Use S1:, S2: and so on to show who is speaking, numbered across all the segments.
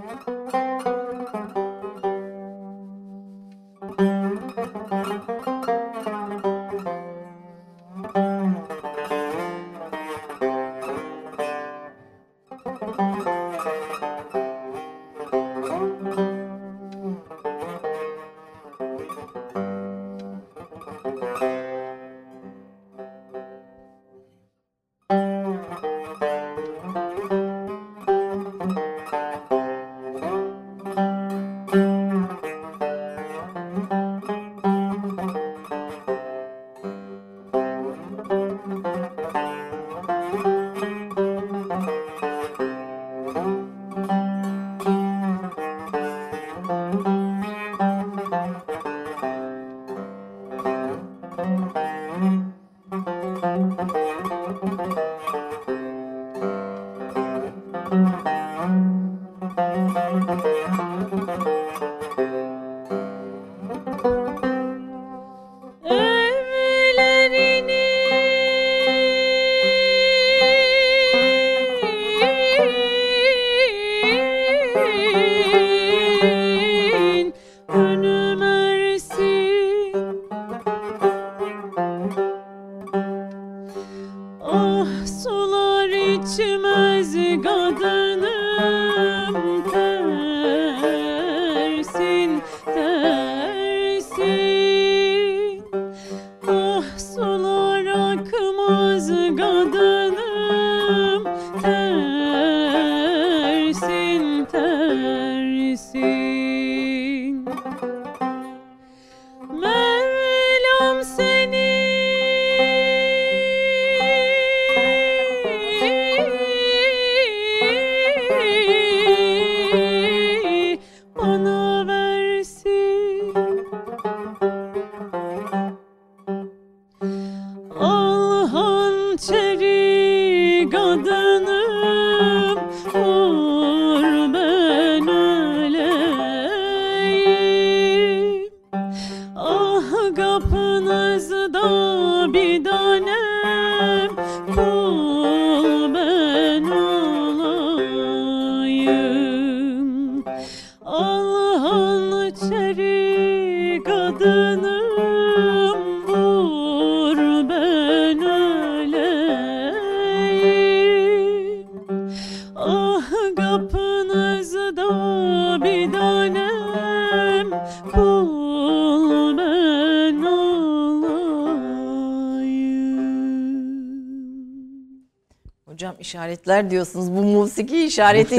S1: İşaretler diyorsunuz. Bu musiki işareti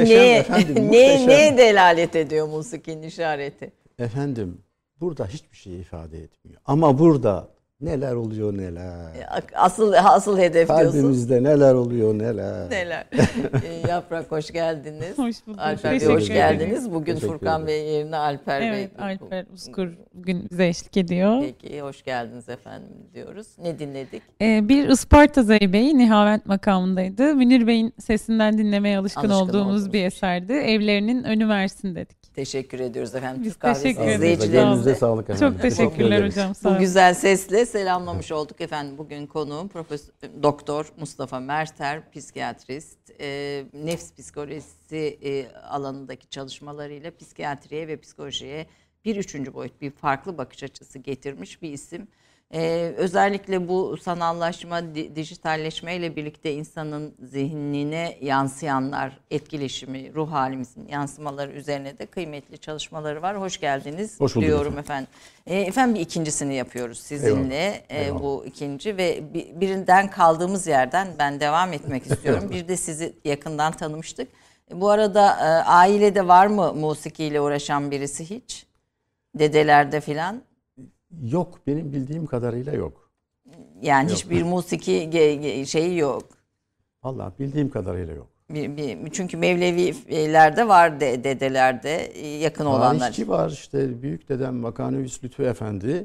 S1: neye delalet ediyor musikinin işareti?
S2: Efendim burada hiçbir şey ifade etmiyor. Ama burada neler oluyor neler.
S1: Asıl hedef diyorsunuz.
S2: Kalbimizde neler oluyor neler.
S1: Neler. Yaprak hoş geldiniz.
S3: Hoş bulduk.
S1: Alper Bey hoş geldiniz. Bugün Furkan Bey yerine Alper Bey.
S3: Evet, Alper Uskur bugün bize eşlik ediyor.
S1: Peki hoş geldiniz efendim diyoruz. Ne dinledik?
S3: Bir Isparta Zeybe'yi Nihavent makamındaydı. Münir Bey'in sesinden dinlemeye alışkın olduğumuz bir eserdi. Evlerinin önü versin dedik.
S1: Teşekkür ediyoruz efendim.
S3: Biz teşekkür ederiz.
S2: Elinize sağlık efendim.
S3: Çok teşekkürler hocam. Sağ olun.
S1: Bu güzel sesle selamlamış olduk efendim. Bugün konuğum Profesör Doktor Mustafa Merter, psikiyatrist, nefs psikolojisi alanındaki çalışmalarıyla psikiyatriye ve psikolojiye bir üçüncü boyut, bir farklı bakış açısı getirmiş bir isim. Özellikle bu sanallaşma, dijitalleşme ile birlikte insanın zihnine yansıyanlar, etkileşimi, ruh halimizin yansımaları üzerine de kıymetli çalışmaları var. Hoş geldiniz diyorum efendim. Efendim bir ikincisini yapıyoruz sizinle.
S2: Eyvallah.
S1: Bu ikinci ve birinden kaldığımız yerden ben devam etmek istiyorum. Bir de sizi yakından tanımıştık. Bu arada ailede var mı musikiyle uğraşan birisi hiç? Dedelerde filan?
S2: Yok, benim bildiğim kadarıyla yok.
S1: Yani yok. Hiçbir musiki şeyi yok.
S2: Vallahi bildiğim kadarıyla yok.
S1: Çünkü Mevlevilerde var dedelerde yakın olanlar.
S2: Tarihçi var işte büyük dedem Vakanevis Lütfü Efendi,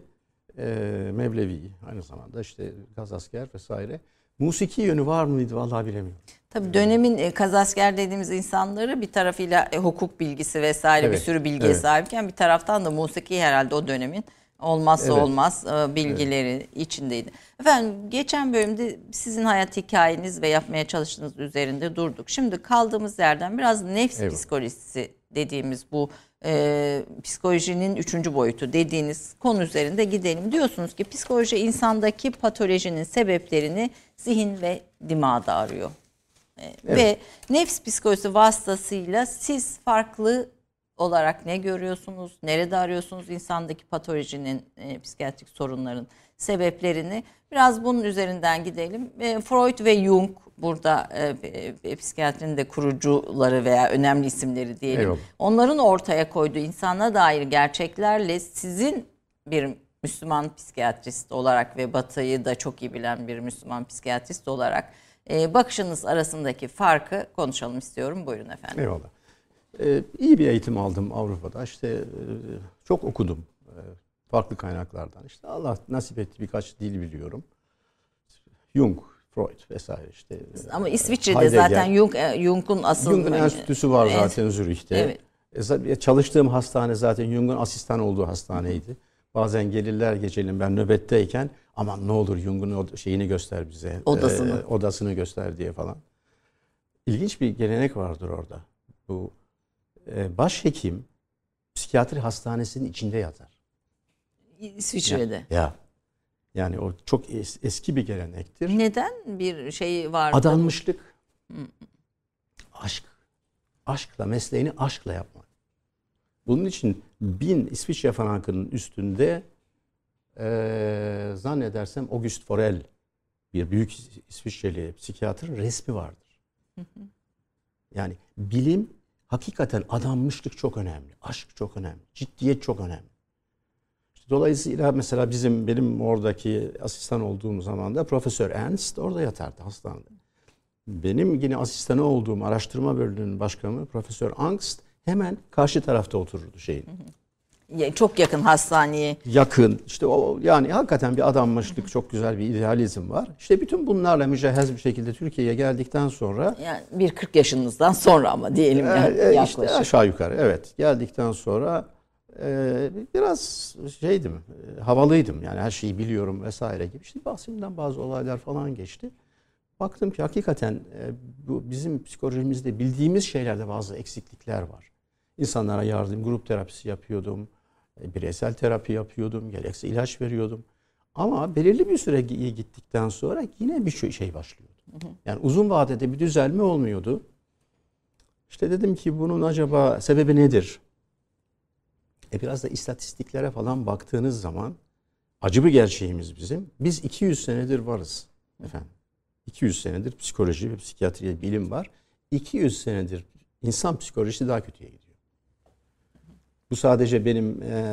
S2: Mevlevi aynı zamanda işte Gazasker vesaire. Musiki yönü var mıydı vallahi bilemiyorum.
S1: Tabii dönemin kazasker dediğimiz insanları bir tarafıyla hukuk bilgisi vesaire bir sürü bilgiye sahipken bir taraftan da musiki herhalde o dönemin olmazsa olmaz bilgileri içindeydi. Efendim geçen bölümde sizin hayat hikayeniz ve yapmaya çalıştığınız üzerinde durduk. Şimdi kaldığımız yerden biraz nefs psikolojisi dediğimiz bu psikolojinin 3. boyutu dediğiniz konu üzerinde gidelim. Diyorsunuz ki psikoloji insandaki patolojinin sebeplerini zihin ve dimağda arıyor.
S2: Evet.
S1: Ve nefs psikolojisi vasıtasıyla siz farklı olarak ne görüyorsunuz? Nerede arıyorsunuz insandaki patolojinin, psikiyatrik sorunların sebeplerini? Biraz bunun üzerinden gidelim. Freud ve Jung burada psikiyatrinin de kurucuları veya önemli isimleri diyelim.
S2: Eyvallah.
S1: Onların ortaya koyduğu insana dair gerçeklerle sizin bir Müslüman psikiyatrist olarak ve Batı'yı da çok iyi bilen bir Müslüman psikiyatrist olarak bakışınız arasındaki farkı konuşalım istiyorum. Buyurun efendim.
S2: Eyvallah. İyi bir eğitim aldım Avrupa'da. İşte çok okudum farklı kaynaklardan. İşte Allah nasip etti, birkaç dil biliyorum. Jung, Freud vesaire işte.
S1: Ama İsviçre'de
S2: Heidegger.
S1: zaten Jung'un asıl...
S2: Jung'un enstitüsü var zaten Zürih'te.
S1: Evet.
S2: Çalıştığım hastane zaten Jung'un asistan olduğu hastaneydi. Bazen gelirler geceleyin ben nöbetteyken aman ne olur Jung'un şeyini göster bize. Odasını göster diye falan. İlginç bir gelenek vardır orada. Bu başhekim psikiyatri hastanesinin içinde yatar.
S1: İsviçre'de.
S2: Ya. Yani o çok eski bir gelenektir.
S1: Neden bir şey var?
S2: Adanmışlık. Aşk. Aşkla, mesleğini aşkla yapmak. Bunun için 1000 İsviçre frankının üstünde zannedersem Auguste Forel, bir büyük İsviçreli psikiyatrın resmi vardır. Yani bilim, hakikaten adanmışlık çok önemli. Aşk çok önemli. Ciddiyet çok önemli. Dolayısıyla mesela benim oradaki asistan olduğum zaman da Profesör Ernst orada yatardı hastanede. Benim yine asistanı olduğum araştırma bölümünün başkanı Profesör Angst hemen karşı tarafta otururdu şeyin.
S1: Çok yakın hastaneye.
S2: Yakın. İşte o yani hakikaten bir adanmışlık, çok güzel bir idealizm var. İşte bütün bunlarla mücehhez bir şekilde Türkiye'ye geldikten sonra
S1: yani bir 40 yaşınızdan sonra ama diyelim yani yaklaşık.
S2: İşte aşağı yukarı evet. Geldikten sonra biraz şeydim, havalıydım. Yani her şeyi biliyorum vesaire gibi. İşte bahsimden bazı olaylar falan geçti. Baktım ki hakikaten bu bizim psikolojimizde bildiğimiz şeylerde bazı eksiklikler var. İnsanlara yardım, grup terapisi yapıyordum. Bireysel terapi yapıyordum. Gerekse ilaç veriyordum. Ama belirli bir süre gittikten sonra yine bir şey başlıyordu. Yani uzun vadede bir düzelme olmuyordu. İşte dedim ki bunun acaba sebebi nedir? Biraz da istatistiklere falan baktığınız zaman acı bir gerçeğimiz bizim. Biz 200 senedir varız efendim. 200 senedir psikoloji ve psikiyatriye bilim var. 200 senedir insan psikolojisi daha kötüye gidiyor. Bu sadece benim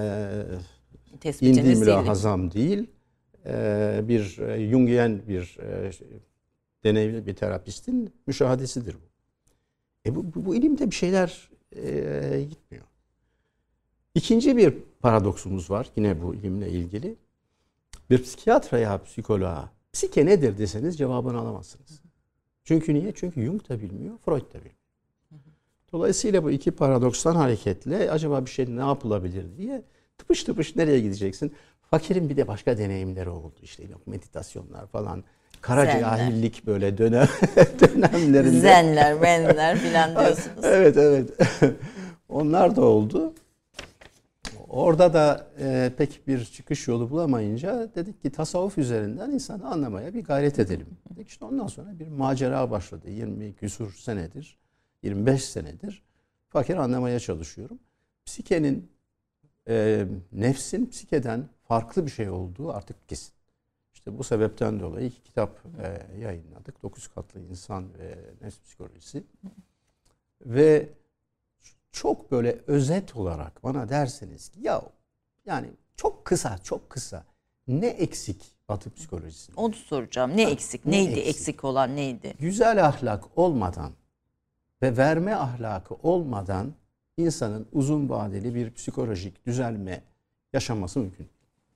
S2: indiğim mülahazam değil. Bir Jungian bir deneyimli bir terapistin müşahadesidir bu. Bu ilimde bir şeyler gitmiyor. İkinci bir paradoksumuz var yine bu ilimle ilgili. Bir psikiyatra ya psikoloğa psike nedir deseniz cevabını alamazsınız. Çünkü niye? Çünkü Jung da bilmiyor, Freud da bilmiyor. Dolayısıyla bu iki paradokstan hareketle acaba bir şey ne yapılabilir diye tıpış tıpış nereye gideceksin? Fakirin bir de başka deneyimleri oldu. İşte meditasyonlar falan. Kara cahillik böyle dönemlerinde.
S1: Zenler, benler filan diyorsunuz.
S2: Evet. Onlar da oldu. Orada da pek bir çıkış yolu bulamayınca dedik ki tasavvuf üzerinden insanı anlamaya bir gayret edelim. Dedik işte ondan sonra bir macera başladı. 20 küsur senedir, 25 senedir fakir anlamaya çalışıyorum. Psikenin, nefsin psikeden farklı bir şey olduğu artık kesin. İşte bu sebepten dolayı 2 kitap yayınladık. 9 katlı insan ve nefs psikolojisi. Ve çok böyle özet olarak bana derseniz ki ya yani çok kısa ne eksik Batı psikolojisinde?
S1: Onu soracağım. Ne eksik? Neydi? Eksik olan neydi?
S2: Güzel ahlak olmadan ve verme ahlakı olmadan insanın uzun vadeli bir psikolojik düzelme yaşaması mümkün.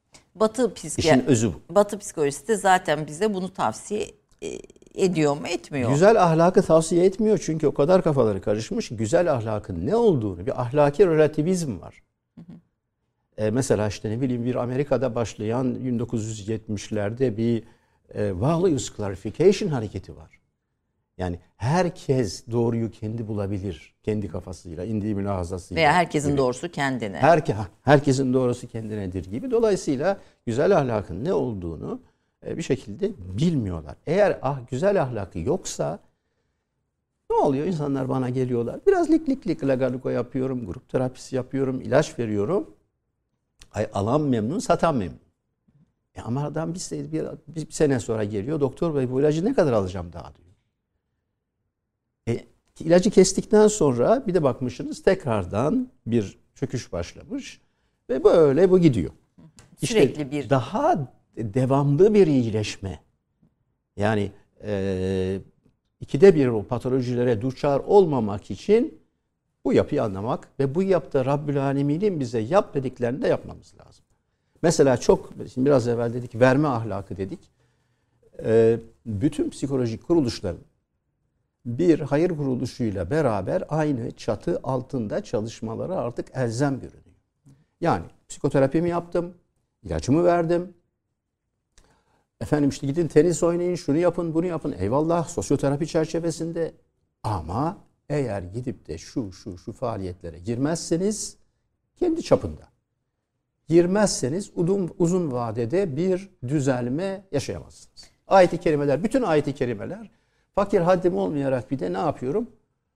S2: İşin özü bu.
S1: Batı psikolojisi de zaten bize bunu tavsiye ediyor mu, etmiyor?
S2: Güzel ahlakı tavsiye etmiyor çünkü o kadar kafaları karışmış. Güzel ahlakın ne olduğunu, bir ahlaki relativizm var. Mesela işte ne bileyim bir Amerika'da başlayan 1970'lerde bir values clarification hareketi var. Yani herkes doğruyu kendi bulabilir. Kendi kafasıyla, indiği mülahazasıyla.
S1: Veya herkesin
S2: gibi.
S1: doğrusu kendine.
S2: Herkesin doğrusu kendinedir gibi. Dolayısıyla güzel ahlakın ne olduğunu bir şekilde bilmiyorlar. Eğer güzel ahlakı yoksa ne oluyor? İnsanlar bana geliyorlar. Biraz lik lagalugo yapıyorum, grup terapisi yapıyorum, ilaç veriyorum. Alan memnun, satan memnun. Ama adam bir sene sonra geliyor. Doktor bey bu ilacı ne kadar alacağım daha diyor. İlacı kestikten sonra bir de bakmışsınız tekrardan bir çöküş başlamış. Ve böyle bu gidiyor.
S1: Sürekli bir...
S2: Daha devamlı bir iyileşme. Yani 2'de 1 o patolojilere duçar olmamak için bu yapıyı anlamak ve bu yapıda Rabbül Alemin'in bize yap dediklerini de yapmamız lazım. Mesela şimdi biraz evvel dedik verme ahlakı dedik. Bütün psikolojik kuruluşların bir hayır kuruluşuyla beraber aynı çatı altında çalışmaları artık elzem görünüyor. Yani psikoterapimi yaptım, ilacımı verdim. Efendim işte gidin tenis oynayın, şunu yapın, bunu yapın. Eyvallah sosyoterapi çerçevesinde. Ama eğer gidip de şu faaliyetlere girmezseniz kendi çapında. Girmezseniz uzun vadede bir düzelme yaşayamazsınız. Ayet-i kerimeler, bütün ayet-i kerimeler fakir haddim olmayarak bir de ne yapıyorum?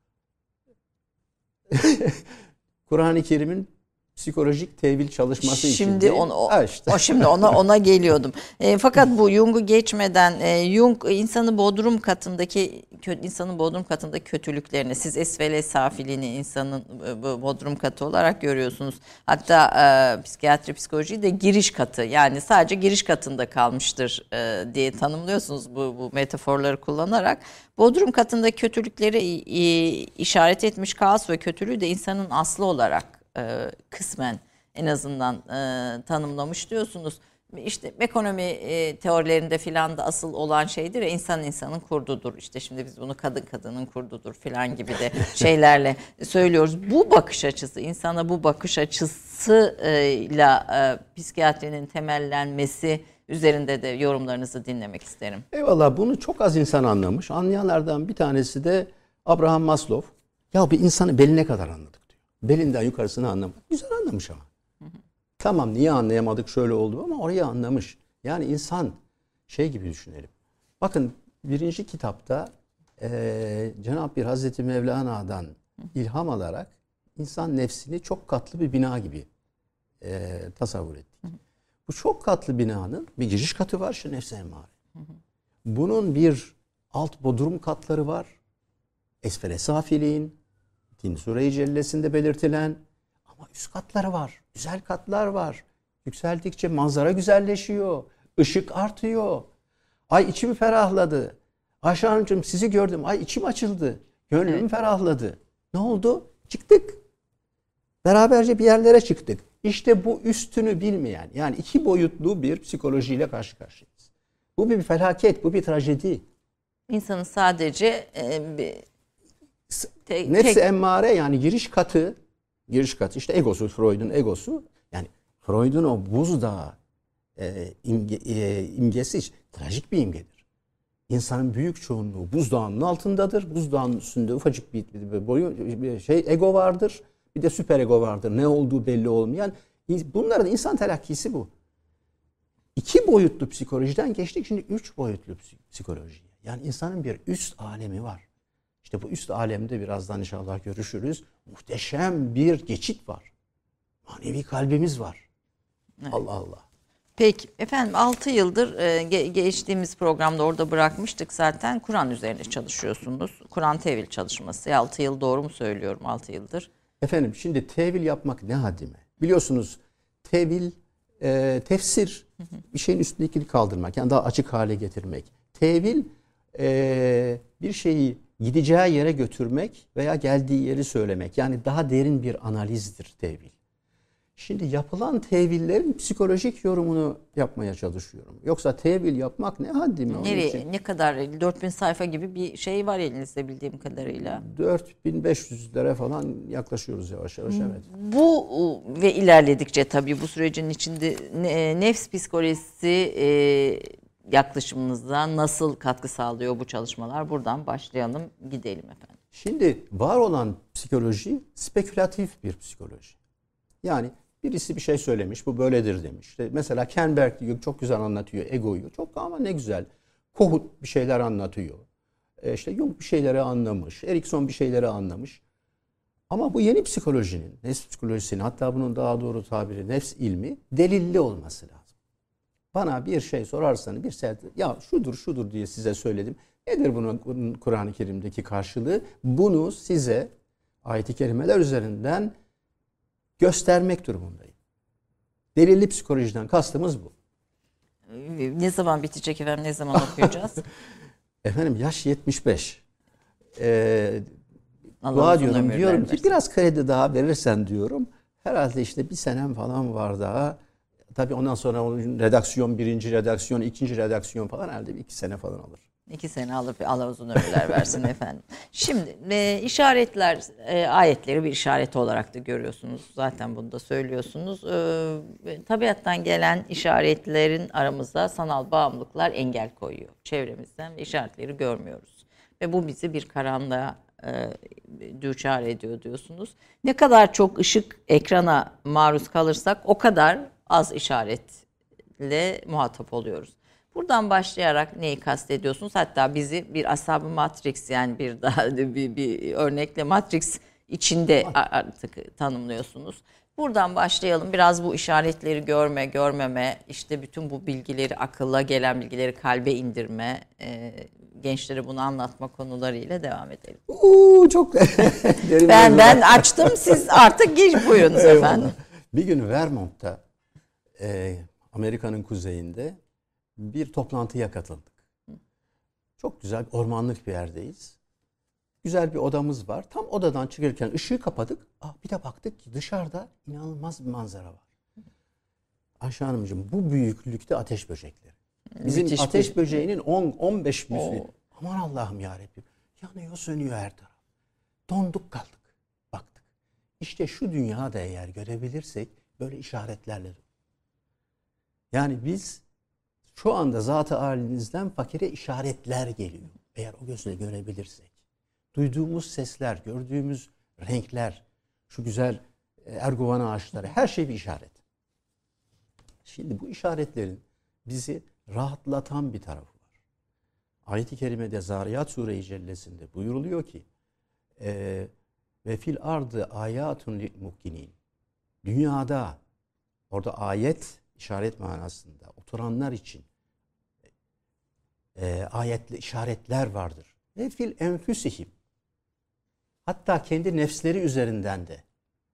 S2: Kur'an-ı Kerim'in psikolojik tevil çalışması
S1: şimdi
S2: için.
S1: Şimdi ona geliyordum. Fakat bu Jung'u geçmeden Jung insanın bodrum katındaki kötülüklerini siz esfele safiliğini insanın bodrum katı olarak görüyorsunuz. Hatta psikiyatri psikolojiyi de giriş katı yani sadece giriş katında kalmıştır diye tanımlıyorsunuz bu metaforları kullanarak. Bodrum katındaki kötülükleri işaret etmiş kaos ve kötülüğü de insanın aslı olarak kısmen en azından tanımlamış diyorsunuz. İşte ekonomi teorilerinde filan da asıl olan şeydir ya insanın kurdudur. İşte şimdi biz bunu kadının kurdudur filan gibi de şeylerle söylüyoruz. Bu bakış açısı insana bu bakış açısıyla psikiyatrinin temellenmesi üzerinde de yorumlarınızı dinlemek isterim.
S2: Eyvallah bunu çok az insan anlamış. Anlayanlardan bir tanesi de Abraham Maslow. Ya bir insanı beline kadar anladık. Belinden yukarısını anlamadık. Güzel anlamış ama. Tamam niye anlayamadık şöyle oldu ama orayı anlamış. Yani insan gibi düşünelim. Bakın birinci kitapta Cenab-ı Bir Hazreti Mevlana'dan ilham alarak insan nefsini çok katlı bir bina gibi tasavvur ettik. Bu çok katlı binanın bir giriş katı var şu nefs-i emmare. Bunun bir alt bodrum katları var. Esfele safiliğin Tin Sure-i Cellesi'nde belirtilen ama üst katları var. Güzel katlar var. Yükseldikçe manzara güzelleşiyor. Işık artıyor. Ay içim ferahladı. Ayşe Hanımcığım sizi gördüm. Ay içim açıldı. Gönlüm ferahladı. Ne oldu? Çıktık. Beraberce bir yerlere çıktık. İşte bu üstünü bilmeyen yani 2 boyutlu bir psikolojiyle karşı karşıyayız. Bu bir felaket. Bu bir trajedi.
S1: İnsanın sadece
S2: nefs-i emmare yani giriş katı işte egosu, Freud'un egosu yani Freud'un o buzdağı imgesi trajik bir imgedir. İnsanın büyük çoğunluğu buzdağının altındadır. Buzdağının üstünde ufacık bir ego vardır. Bir de süper ego vardır. Ne olduğu belli olmayan. Bunların insan telakkisi bu. 2 boyutlu psikolojiden geçtik şimdi 3 boyutlu psikoloji. Yani insanın bir üst alemi var. İşte bu üst alemde birazdan inşallah görüşürüz. Muhteşem bir geçit var. Manevi kalbimiz var. Evet. Allah Allah.
S1: Peki efendim 6 yıldır geçtiğimiz programda orada bırakmıştık zaten. Kur'an üzerine çalışıyorsunuz. Kur'an tevil çalışması. 6 yıl doğru mu söylüyorum 6 yıldır?
S2: Efendim şimdi tevil yapmak ne haddime? Biliyorsunuz tevil tefsir bir şeyin üstündekini kaldırmak. Yani daha açık hale getirmek. Tevil bir şeyi gideceği yere götürmek veya geldiği yeri söylemek. Yani daha derin bir analizdir tevil. Şimdi yapılan tevillerin psikolojik yorumunu yapmaya çalışıyorum. Yoksa tevil yapmak ne haddime?
S1: Nereye? Ne kadar? 4000 sayfa gibi bir şey var elinizde bildiğim kadarıyla.
S2: 4500'lere falan yaklaşıyoruz yavaş yavaş evet.
S1: Bu ve ilerledikçe tabii bu sürecin içinde nefs psikolojisi yaklaşımınıza nasıl katkı sağlıyor bu çalışmalar? Buradan başlayalım, gidelim efendim.
S2: Şimdi var olan psikoloji spekülatif bir psikoloji. Yani birisi bir şey söylemiş, bu böyledir demiş. İşte mesela Ken Berk çok güzel anlatıyor egoyu. Çok ama ne güzel. Kohut bir şeyler anlatıyor. İşte Jung bir şeyleri anlamış. Erikson bir şeyleri anlamış. Ama bu yeni psikolojinin, nefs psikolojisinin, hatta bunun daha doğru tabiri nefs ilmi delilli olması lazım. Bana bir şey sorarsanız ya şudur diye size söyledim. Nedir bunun Kur'an-ı Kerim'deki karşılığı? Bunu size ayet-i kerimeler üzerinden göstermek durumundayım. Delilli psikolojiden kastımız bu.
S1: Ne zaman bitecek efendim? Ne zaman okuyacağız?
S2: Efendim yaş 75.
S1: Allah
S2: Dua
S1: uzun
S2: diyorum,
S1: ömürler
S2: diyorum ki
S1: versin.
S2: biraz kredi daha verirsen diyorum. Herhalde işte bir senem falan var daha. Tabii ondan sonra onun redaksiyon, birinci redaksiyon, ikinci redaksiyon falan herhalde bir 2 sene falan alır.
S1: 2 sene alıp Allah uzun ömürler versin efendim. Şimdi işaretler, ayetleri bir işareti olarak da görüyorsunuz. Zaten bunu da söylüyorsunuz. Tabiattan gelen işaretlerin aramıza sanal bağımlılıklar engel koyuyor. Çevremizden işaretleri görmüyoruz. Ve bu bizi bir karanlığa düçar ediyor diyorsunuz. Ne kadar çok ışık ekrana maruz kalırsak o kadar az işaretle muhatap oluyoruz. Buradan başlayarak neyi kastediyorsunuz? Hatta bizi bir Ashab-ı Matrix, yani bir daha bir örnekle Matrix içinde artık tanımlıyorsunuz. Buradan başlayalım. Biraz bu işaretleri görmeme, işte bütün bu bilgileri, akılla gelen bilgileri kalbe indirme, gençlere bunu anlatma konularıyla devam edelim.
S2: Çok derin
S1: Ben açtım, siz artık buyurunuz efendim.
S2: Bir gün Vermont'ta, Amerika'nın kuzeyinde bir toplantıya katıldık. Çok güzel, ormanlık bir yerdeyiz. Güzel bir odamız var. Tam odadan çıkarken ışığı kapadık. Bir de baktık ki dışarıda inanılmaz bir manzara var. Ayşe Hanımcığım, bu büyüklükte ateş böcekleri. Bizim
S1: Müthiş
S2: ateş böceğinin 10-15 misli. Aman Allah'ım yarabbim. Yanıyor, sönüyor her taraf. Donduk kaldık. Baktık. İşte şu dünyada eğer görebilirsek böyle işaretlerle. Yani biz şu anda zat-ı halinizden fakire işaretler geliyor. Eğer o gözle görebilirsek. Duyduğumuz sesler, gördüğümüz renkler, şu güzel erguvan ağaçları, her şey bir işaret. Şimdi bu işaretlerin bizi rahatlatan bir tarafı var. Ayet-i Kerime'de Zariyat Sure-i Cellesi'nde buyuruluyor ki ve fil ardı ayatun lil mukkinin. Dünyada, orada ayet, işaret manasında oturanlar için ayetli işaretler vardır. Ve fil enfüsihim. Hatta kendi nefsleri üzerinden de.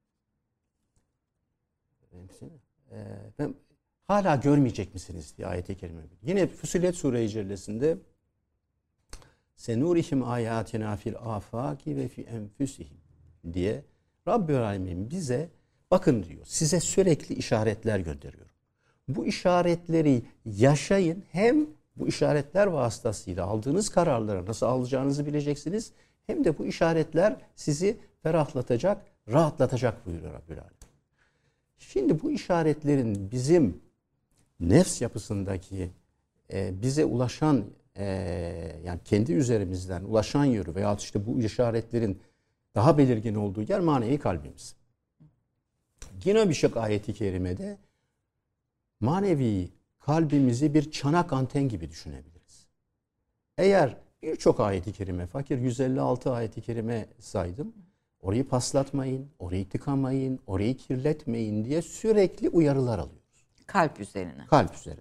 S2: Hala görmeyecek misiniz diye ayet-i kerime. Yine Füssilet Sure-i Cellesi'nde senurihim ayatina fil afaki ve fi enfüsihim diye Rabbül Alemin bize bakın diyor. Size sürekli işaretler gönderiyorum. Bu işaretleri yaşayın. Hem bu işaretler vasıtasıyla aldığınız kararları nasıl alacağınızı bileceksiniz. Hem de bu işaretler sizi ferahlatacak, rahatlatacak buyuruyor Rabbül Alemin. Şimdi bu işaretlerin bizim nefs yapısındaki bize ulaşan yani kendi üzerimizden ulaşan yönü veya işte bu işaretlerin daha belirgin olduğu yer manevi kalbimiz. Yine bir şey ayet-i kerimede manevi kalbimizi bir çanak anten gibi düşünebiliriz. Eğer birçok ayet-i kerime, fakir 156 ayet-i kerime saydım. Orayı paslatmayın, orayı tıkamayın, orayı kirletmeyin diye sürekli uyarılar alıyoruz.
S1: Kalp üzerine.
S2: Kalp üzerine.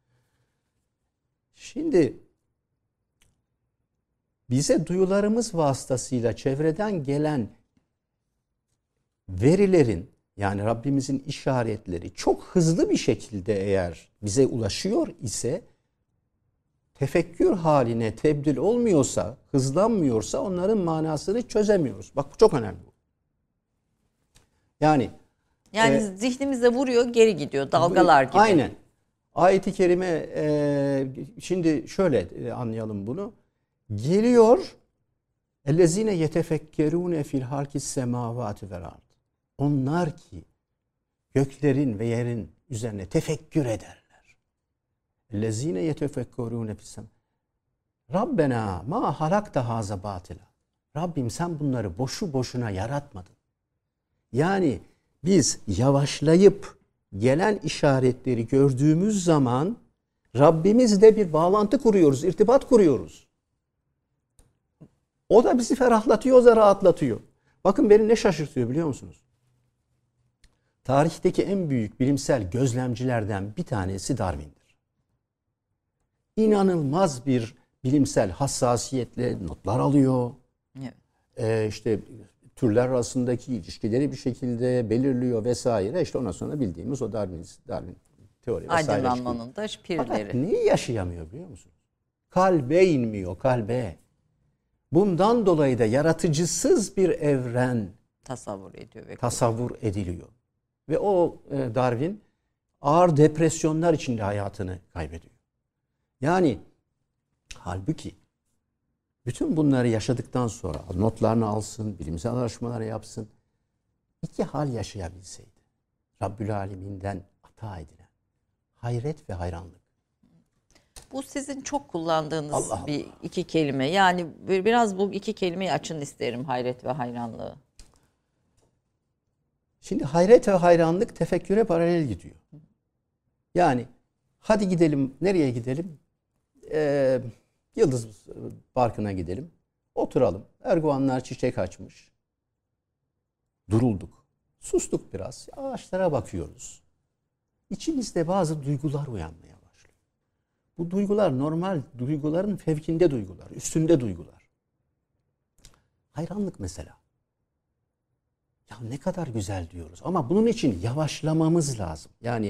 S2: Şimdi bize duyularımız vasıtasıyla çevreden gelen verilerin, yani Rabbimizin işaretleri çok hızlı bir şekilde eğer bize ulaşıyor ise, tefekkür haline tebdil olmuyorsa, hızlanmıyorsa onların manasını çözemiyoruz. Bak bu çok önemli. Yani
S1: zihnimize vuruyor, geri gidiyor, dalgalar gibi.
S2: Aynen. Ayet-i kerime şimdi şöyle anlayalım bunu. Geliyor ellezine yetefekkerune fil halkis semavati vel ard. Onlar ki göklerin ve yerin üzerine tefekkür ederler. Lezine yetefekkerune fissem. Rabbena ma halakta haza batila. Rabbim sen bunları boşu boşuna yaratmadın. Yani biz yavaşlayıp gelen işaretleri gördüğümüz zaman Rabbimizle bir bağlantı kuruyoruz, irtibat kuruyoruz. O da bizi ferahlatıyor, o da rahatlatıyor. Bakın beni ne şaşırtıyor biliyor musunuz? Tarihteki en büyük bilimsel gözlemcilerden bir tanesi Darwin'dir. İnanılmaz bir bilimsel hassasiyetle notlar alıyor.
S1: Evet.
S2: İşte türler arasındaki ilişkileri bir şekilde belirliyor vesaire. İşte ondan sonra bildiğimiz o Darwin teori vesaire.
S1: Aydınlanmanın da
S2: Fakat
S1: pirleri.
S2: neyi yaşayamıyor biliyor musunuz? Kalbe inmiyor, kalbe. Bundan dolayı da yaratıcısız bir evren
S1: Tasavvur ediyor ve
S2: tasavvur ediliyor. Ve o Darwin ağır depresyonlar içinde hayatını kaybediyor. Yani halbuki bütün bunları yaşadıktan sonra notlarını alsın, bilimsel araştırmalar yapsın. İki hal yaşayabilseydi. Rabbül Alemin'den ata edilen hayret ve hayranlık.
S1: Bu sizin çok kullandığınız
S2: Allah
S1: bir iki kelime. Yani biraz bu iki kelimeyi açın isterim, hayret ve hayranlığı.
S2: Şimdi hayret ve hayranlık tefekküre paralel gidiyor. Yani hadi gidelim, nereye gidelim? Yıldız Parkı'na gidelim. Oturalım. Erguvanlar çiçek açmış. Durulduk. Sustuk biraz. Ağaçlara bakıyoruz. İçimizde bazı duygular uyanmaya başlıyor. Bu duygular normal duyguların fevkinde duygular, üstünde duygular. Hayranlık mesela. Ya ne kadar güzel diyoruz. Ama bunun için yavaşlamamız lazım. Yani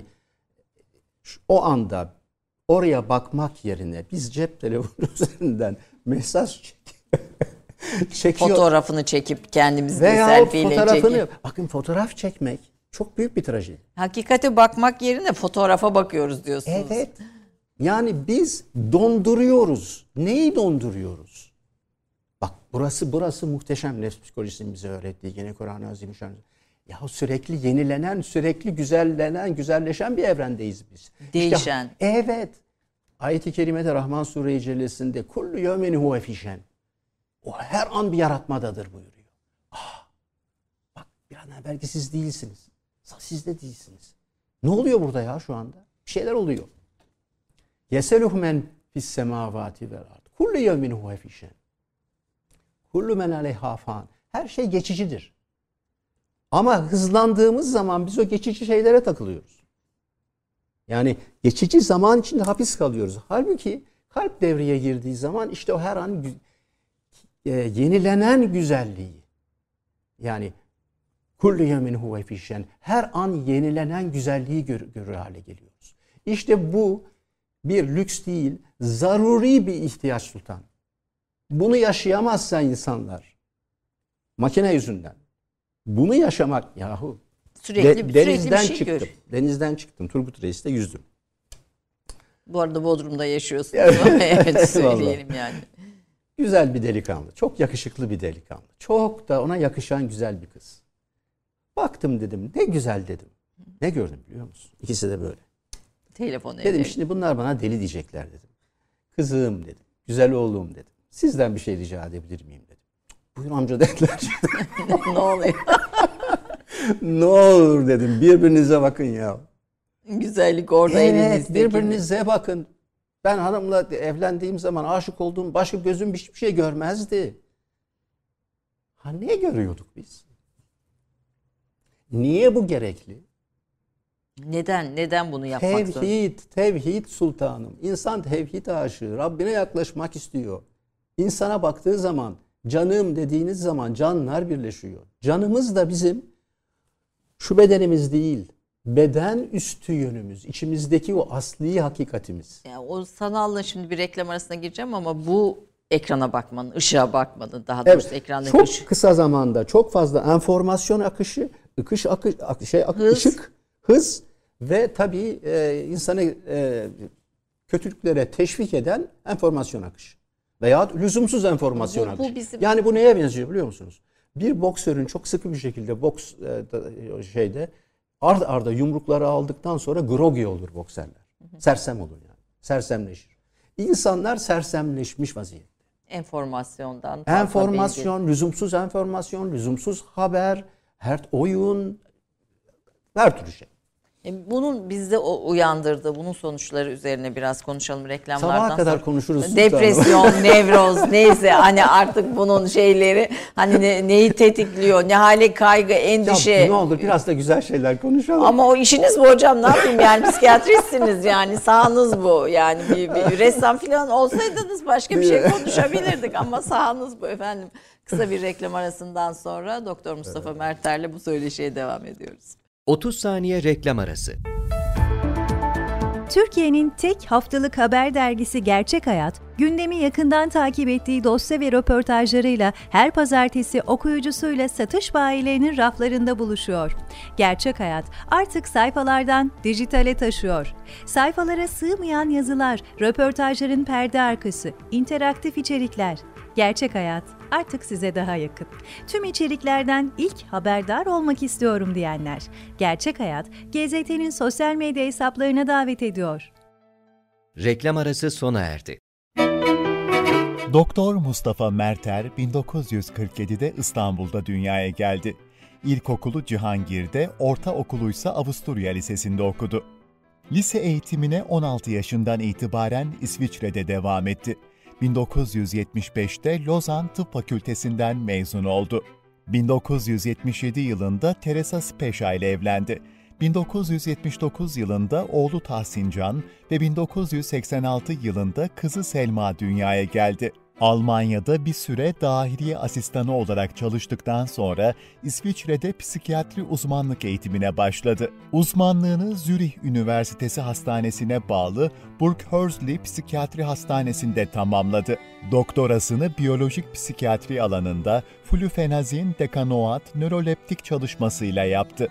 S2: o anda oraya bakmak yerine biz cep telefonu üzerinden mesaj çekiyor.
S1: Fotoğrafını çekip kendimizi
S2: Veya
S1: selfie'yle
S2: fotoğrafını,
S1: çekip.
S2: bakın fotoğraf çekmek çok büyük bir trajedi.
S1: Hakikate bakmak yerine fotoğrafa bakıyoruz diyorsunuz.
S2: Evet. Yani biz donduruyoruz. Neyi donduruyoruz? Bak burası muhteşem nefs psikolojisinin bize öğrettiği gene Kur'an-ı Azimüşşan. Ya sürekli yenilenen, sürekli güzelleşen bir evrendeyiz biz.
S1: Değişen.
S2: İşte, evet. Ayet-i Kerime'de Rahman Sure-i Cellesi'nde kullu yevmin huve fişen. O her an bir yaratmadadır buyuruyor. Bak bir an belki siz değilsiniz. Siz de değilsiniz. Ne oluyor burada ya şu anda? Bir şeyler oluyor. Yeseluhu men fis semavati vel ard. Kullu yevmin huve fişen. Kullu men aleyha fan. Her şey geçicidir. Ama hızlandığımız zaman biz o geçici şeylere takılıyoruz. Yani geçici zaman içinde hapis kalıyoruz. Halbuki kalp devreye girdiği zaman işte o her an yenilenen güzelliği. Yani kullu yemin huve fişen. Her an yenilenen güzelliği görür hale geliyoruz. İşte bu bir lüks değil, zaruri bir ihtiyaç sultan. Bunu yaşayamazsa insanlar makine yüzünden. Bunu yaşamak yahu.
S1: Sürekli bir şey
S2: çıktım.
S1: gör.
S2: Denizden çıktım. Turgut Reis'te yüzdüm.
S1: Bu arada Bodrum'da yaşıyorsunuz.
S2: Evet.
S1: Evet söyleyelim yani.
S2: Güzel bir delikanlı. Çok yakışıklı bir delikanlı. Çok da ona yakışan güzel bir kız. Baktım dedim. Ne güzel dedim. Ne gördüm biliyor musun? İkisi de böyle.
S1: Telefon
S2: Dedim şimdi bunlar bana deli diyecekler dedim. Kızım dedim. Güzel oğlum dedim. Sizden bir şey rica edebilir miyim dedim. Buyur amca dediler.
S1: Ne oluyor?
S2: Ne olur dedim. Birbirinize bakın ya.
S1: Güzellik orada
S2: Evet,
S1: elinizde.
S2: birbirinize bakın. Ben hanımla evlendiğim zaman aşık olduğum başka gözüm hiçbir şey görmezdi. Ha ne görüyorduk biz? Niye bu gerekli?
S1: Neden bunu yapmak zorunda?
S2: Tevhid sultanım. İnsan tevhid aşığı. Rabbine yaklaşmak istiyor. İnsana baktığı zaman, canım dediğiniz zaman canlar birleşiyor. Canımız da bizim şu bedenimiz değil, beden üstü yönümüz, içimizdeki o asli hakikatimiz.
S1: Ya o sanalla şimdi bir reklam arasına gireceğim ama bu ekrana bakmanın, ışığa bakmanın, daha doğrusu ekrandaki
S2: çok
S1: ışık.
S2: kısa zamanda çok fazla enformasyon akışı, ışık, hız ve tabii insanı kötülüklere teşvik eden enformasyon akışı. Veya lüzumsuz enformasyon akışı.
S1: bizim...
S2: Yani bu neye benziyor biliyor musunuz? Bir boksörün çok sıkı bir şekilde ard arda yumrukları aldıktan sonra groggy olur boksörler. Sersem olur yani. sersemleşir. İnsanlar sersemleşmiş vaziyette.
S1: Enformasyondan.
S2: Enformasyon, lüzumsuz enformasyon, lüzumsuz haber, her oyun, her türlü şey.
S1: Bunun bizde uyandırdığı, bunun sonuçları üzerine biraz konuşalım reklamlardan
S2: Sabaha kadar
S1: sonra.
S2: konuşuruz.
S1: Depresyon, nevroz neyse hani artık bunun şeyleri hani neyi tetikliyor, ne hale kaygı, endişe.
S2: Ya, ne olur biraz da güzel şeyler konuşalım.
S1: Ama o işiniz bu hocam, ne yapayım yani, psikiyatristsiniz yani, sahanız bu yani, bir ressam falan olsaydınız başka bir şey konuşabilirdik ama sahanız bu efendim. Kısa bir reklam arasından sonra Doktor Mustafa Merter'le bu söyleşiye devam ediyoruz.
S4: 30 saniye reklam arası.
S5: Türkiye'nin tek haftalık haber dergisi Gerçek Hayat, gündemi yakından takip ettiği dosya ve röportajlarıyla her pazartesi okuyucusuyla satış bayilerinin raflarında buluşuyor. Gerçek Hayat artık sayfalardan dijitale taşıyor. Sayfalara sığmayan yazılar, röportajların perde arkası, interaktif içerikler. Gerçek Hayat artık size daha yakın. Tüm içeriklerden ilk haberdar olmak istiyorum diyenler. Gerçek Hayat, GZT'nin sosyal medya hesaplarına davet ediyor.
S4: Reklam arası sona erdi.
S6: Doktor Mustafa Merter 1947'de İstanbul'da dünyaya geldi. İlkokulu Cihangir'de, ortaokuluysa Avusturya Lisesi'nde okudu. Lise eğitimine 16 yaşından itibaren İsviçre'de devam etti. 1975'te Lozan Tıp Fakültesinden mezun oldu. 1977 yılında Teresa Speşa ile evlendi. 1979 yılında oğlu Tahsincan ve 1986 yılında kızı Selma dünyaya geldi. Almanya'da bir süre dahiliye asistanı olarak çalıştıktan sonra İsviçre'de psikiyatri uzmanlık eğitimine başladı. Uzmanlığını Zürih Üniversitesi Hastanesi'ne bağlı Burghörsli Psikiyatri Hastanesi'nde tamamladı. Doktorasını biyolojik psikiyatri alanında flufenazin dekanoat nöroleptik çalışmasıyla yaptı.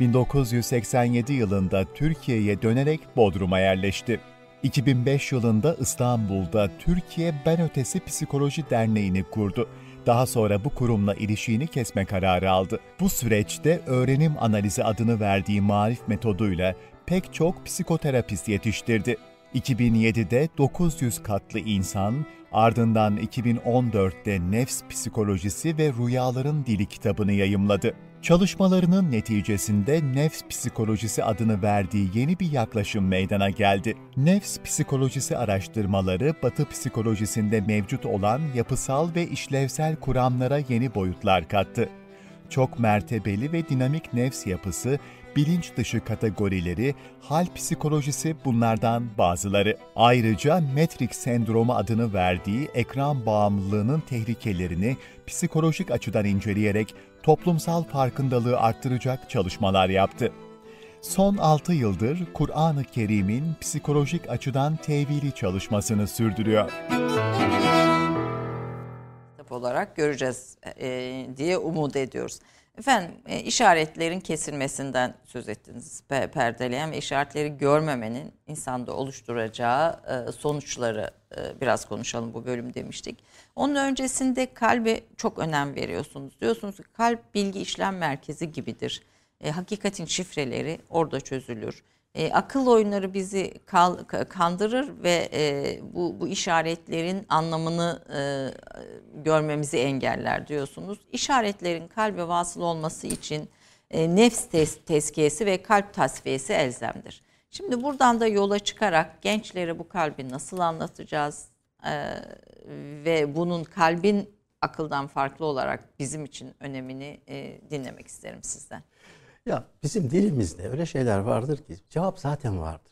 S6: 1987 yılında Türkiye'ye dönerek Bodrum'a yerleşti. 2005 yılında İstanbul'da Türkiye Ben Ötesi Psikoloji Derneği'ni kurdu. Daha sonra bu kurumla ilişiğini kesme kararı aldı. Bu süreçte öğrenim analizi adını verdiği marif metoduyla pek çok psikoterapist yetiştirdi. 2007'de 900 katlı insan, ardından 2014'te Nefs Psikolojisi ve Rüyaların Dili kitabını yayımladı. Çalışmalarının neticesinde nefs psikolojisi adını verdiği yeni bir yaklaşım meydana geldi. Nefs psikolojisi araştırmaları, Batı psikolojisinde mevcut olan yapısal ve işlevsel kuramlara yeni boyutlar kattı. Çok mertebeli ve dinamik nefs yapısı, bilinç dışı kategorileri, hal psikolojisi bunlardan bazıları. Ayrıca Matrix sendromu adını verdiği ekran bağımlılığının tehlikelerini psikolojik açıdan inceleyerek toplumsal farkındalığı arttıracak çalışmalar yaptı. Son 6 yıldır Kur'an-ı Kerim'in psikolojik açıdan tevili çalışmasını sürdürüyor.
S1: Kitap olarak göreceğiz diye umut ediyoruz. Efendim, işaretlerin kesilmesinden söz ettiniz, perdeleyen ve işaretleri görmemenin insanda oluşturacağı sonuçları biraz konuşalım bu bölüm demiştik. Onun öncesinde kalbe çok önem veriyorsunuz. Diyorsunuz ki kalp bilgi işlem merkezi gibidir. Hakikatin şifreleri orada çözülür. Akıl oyunları bizi kandırır ve bu işaretlerin anlamını görmemizi engeller diyorsunuz. İşaretlerin kalbe vasıl olması için nefs tezkiyesi ve kalp tasfiyesi elzemdir. Şimdi buradan da yola çıkarak gençlere bu kalbi nasıl anlatacağız ve bunun kalbin akıldan farklı olarak bizim için önemini dinlemek isterim sizden.
S2: Ya bizim dilimizde öyle şeyler vardır ki cevap zaten vardır.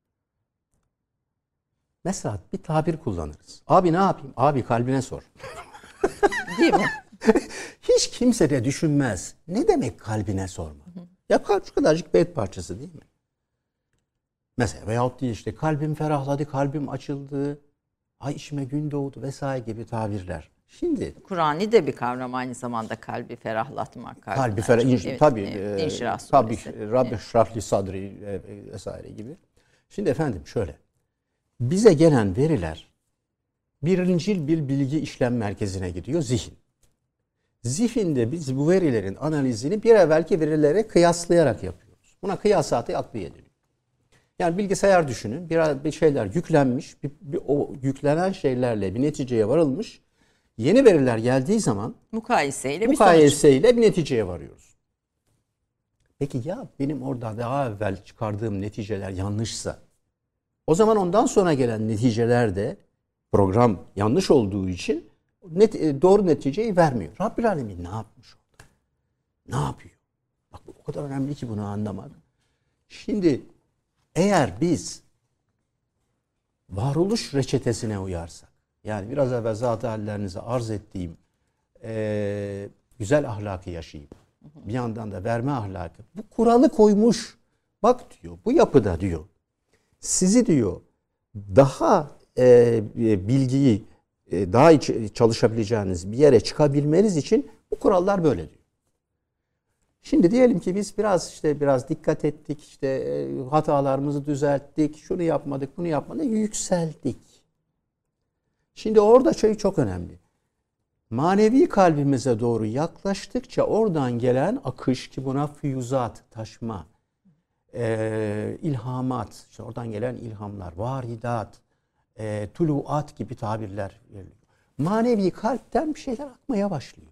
S2: Mesela bir tabir kullanırız. Abi ne yapayım? Abi kalbine sor.
S1: Değil mi?
S2: Hiç kimse de düşünmez. Ne demek kalbine sorma? Ya kalp şu kadarcık bir et parçası değil mi? Mesela veyahut değil işte kalbim ferahladı, kalbim açıldı, ay içime gün doğdu vesaire gibi tabirler. Şimdi
S1: Kur'an'ı de bir kavram aynı zamanda, kalbi ferahlatmak.
S2: Tabii
S1: İnşirah
S2: tabii
S1: suresi.
S2: Rabbi şrahli sadri vesaire gibi. Şimdi efendim şöyle. Bize gelen veriler birincil bir bilgi işlem merkezine gidiyor, zihin. Zihinde biz bu verilerin analizini bir evvelki verilere kıyaslayarak yapıyoruz. Buna kıyasatı akliye deniyor. Yani bilgisayar düşünün. Bir şeyler yüklenmiş. O yüklenen şeylerle bir neticeye varılmış. Yeni veriler geldiği zaman mukayeseyle bir neticeye varıyoruz. Peki ya benim orada daha evvel çıkardığım neticeler yanlışsa, o zaman ondan sonra gelen neticeler de program yanlış olduğu için doğru neticeyi vermiyor. Rabbül Alemin ne yapmış orada? Ne yapıyor? Bak o kadar önemli ki bunu anlamak. Şimdi eğer biz varoluş reçetesine uyarsak, yani biraz evvel zat-ı hallerinize arz ettiğim güzel ahlakı yaşayıp bir yandan da verme ahlakı, bu kuralı koymuş. Bak diyor, bu yapıda diyor, sizi diyor daha bilgiyi daha çalışabileceğiniz bir yere çıkabilmeniz için bu kurallar böyle diyor. Şimdi diyelim ki biz biraz dikkat ettik, hatalarımızı düzelttik, şunu yapmadık, bunu yapmadık, yükseldik. Şimdi orada çok önemli. Manevi kalbimize doğru yaklaştıkça oradan gelen akış, ki buna füyüzat, taşma, ilhamat, işte oradan gelen ilhamlar, varidat, tuluat gibi tabirler veriliyor. Manevi kalpten bir şeyler akmaya başlıyor.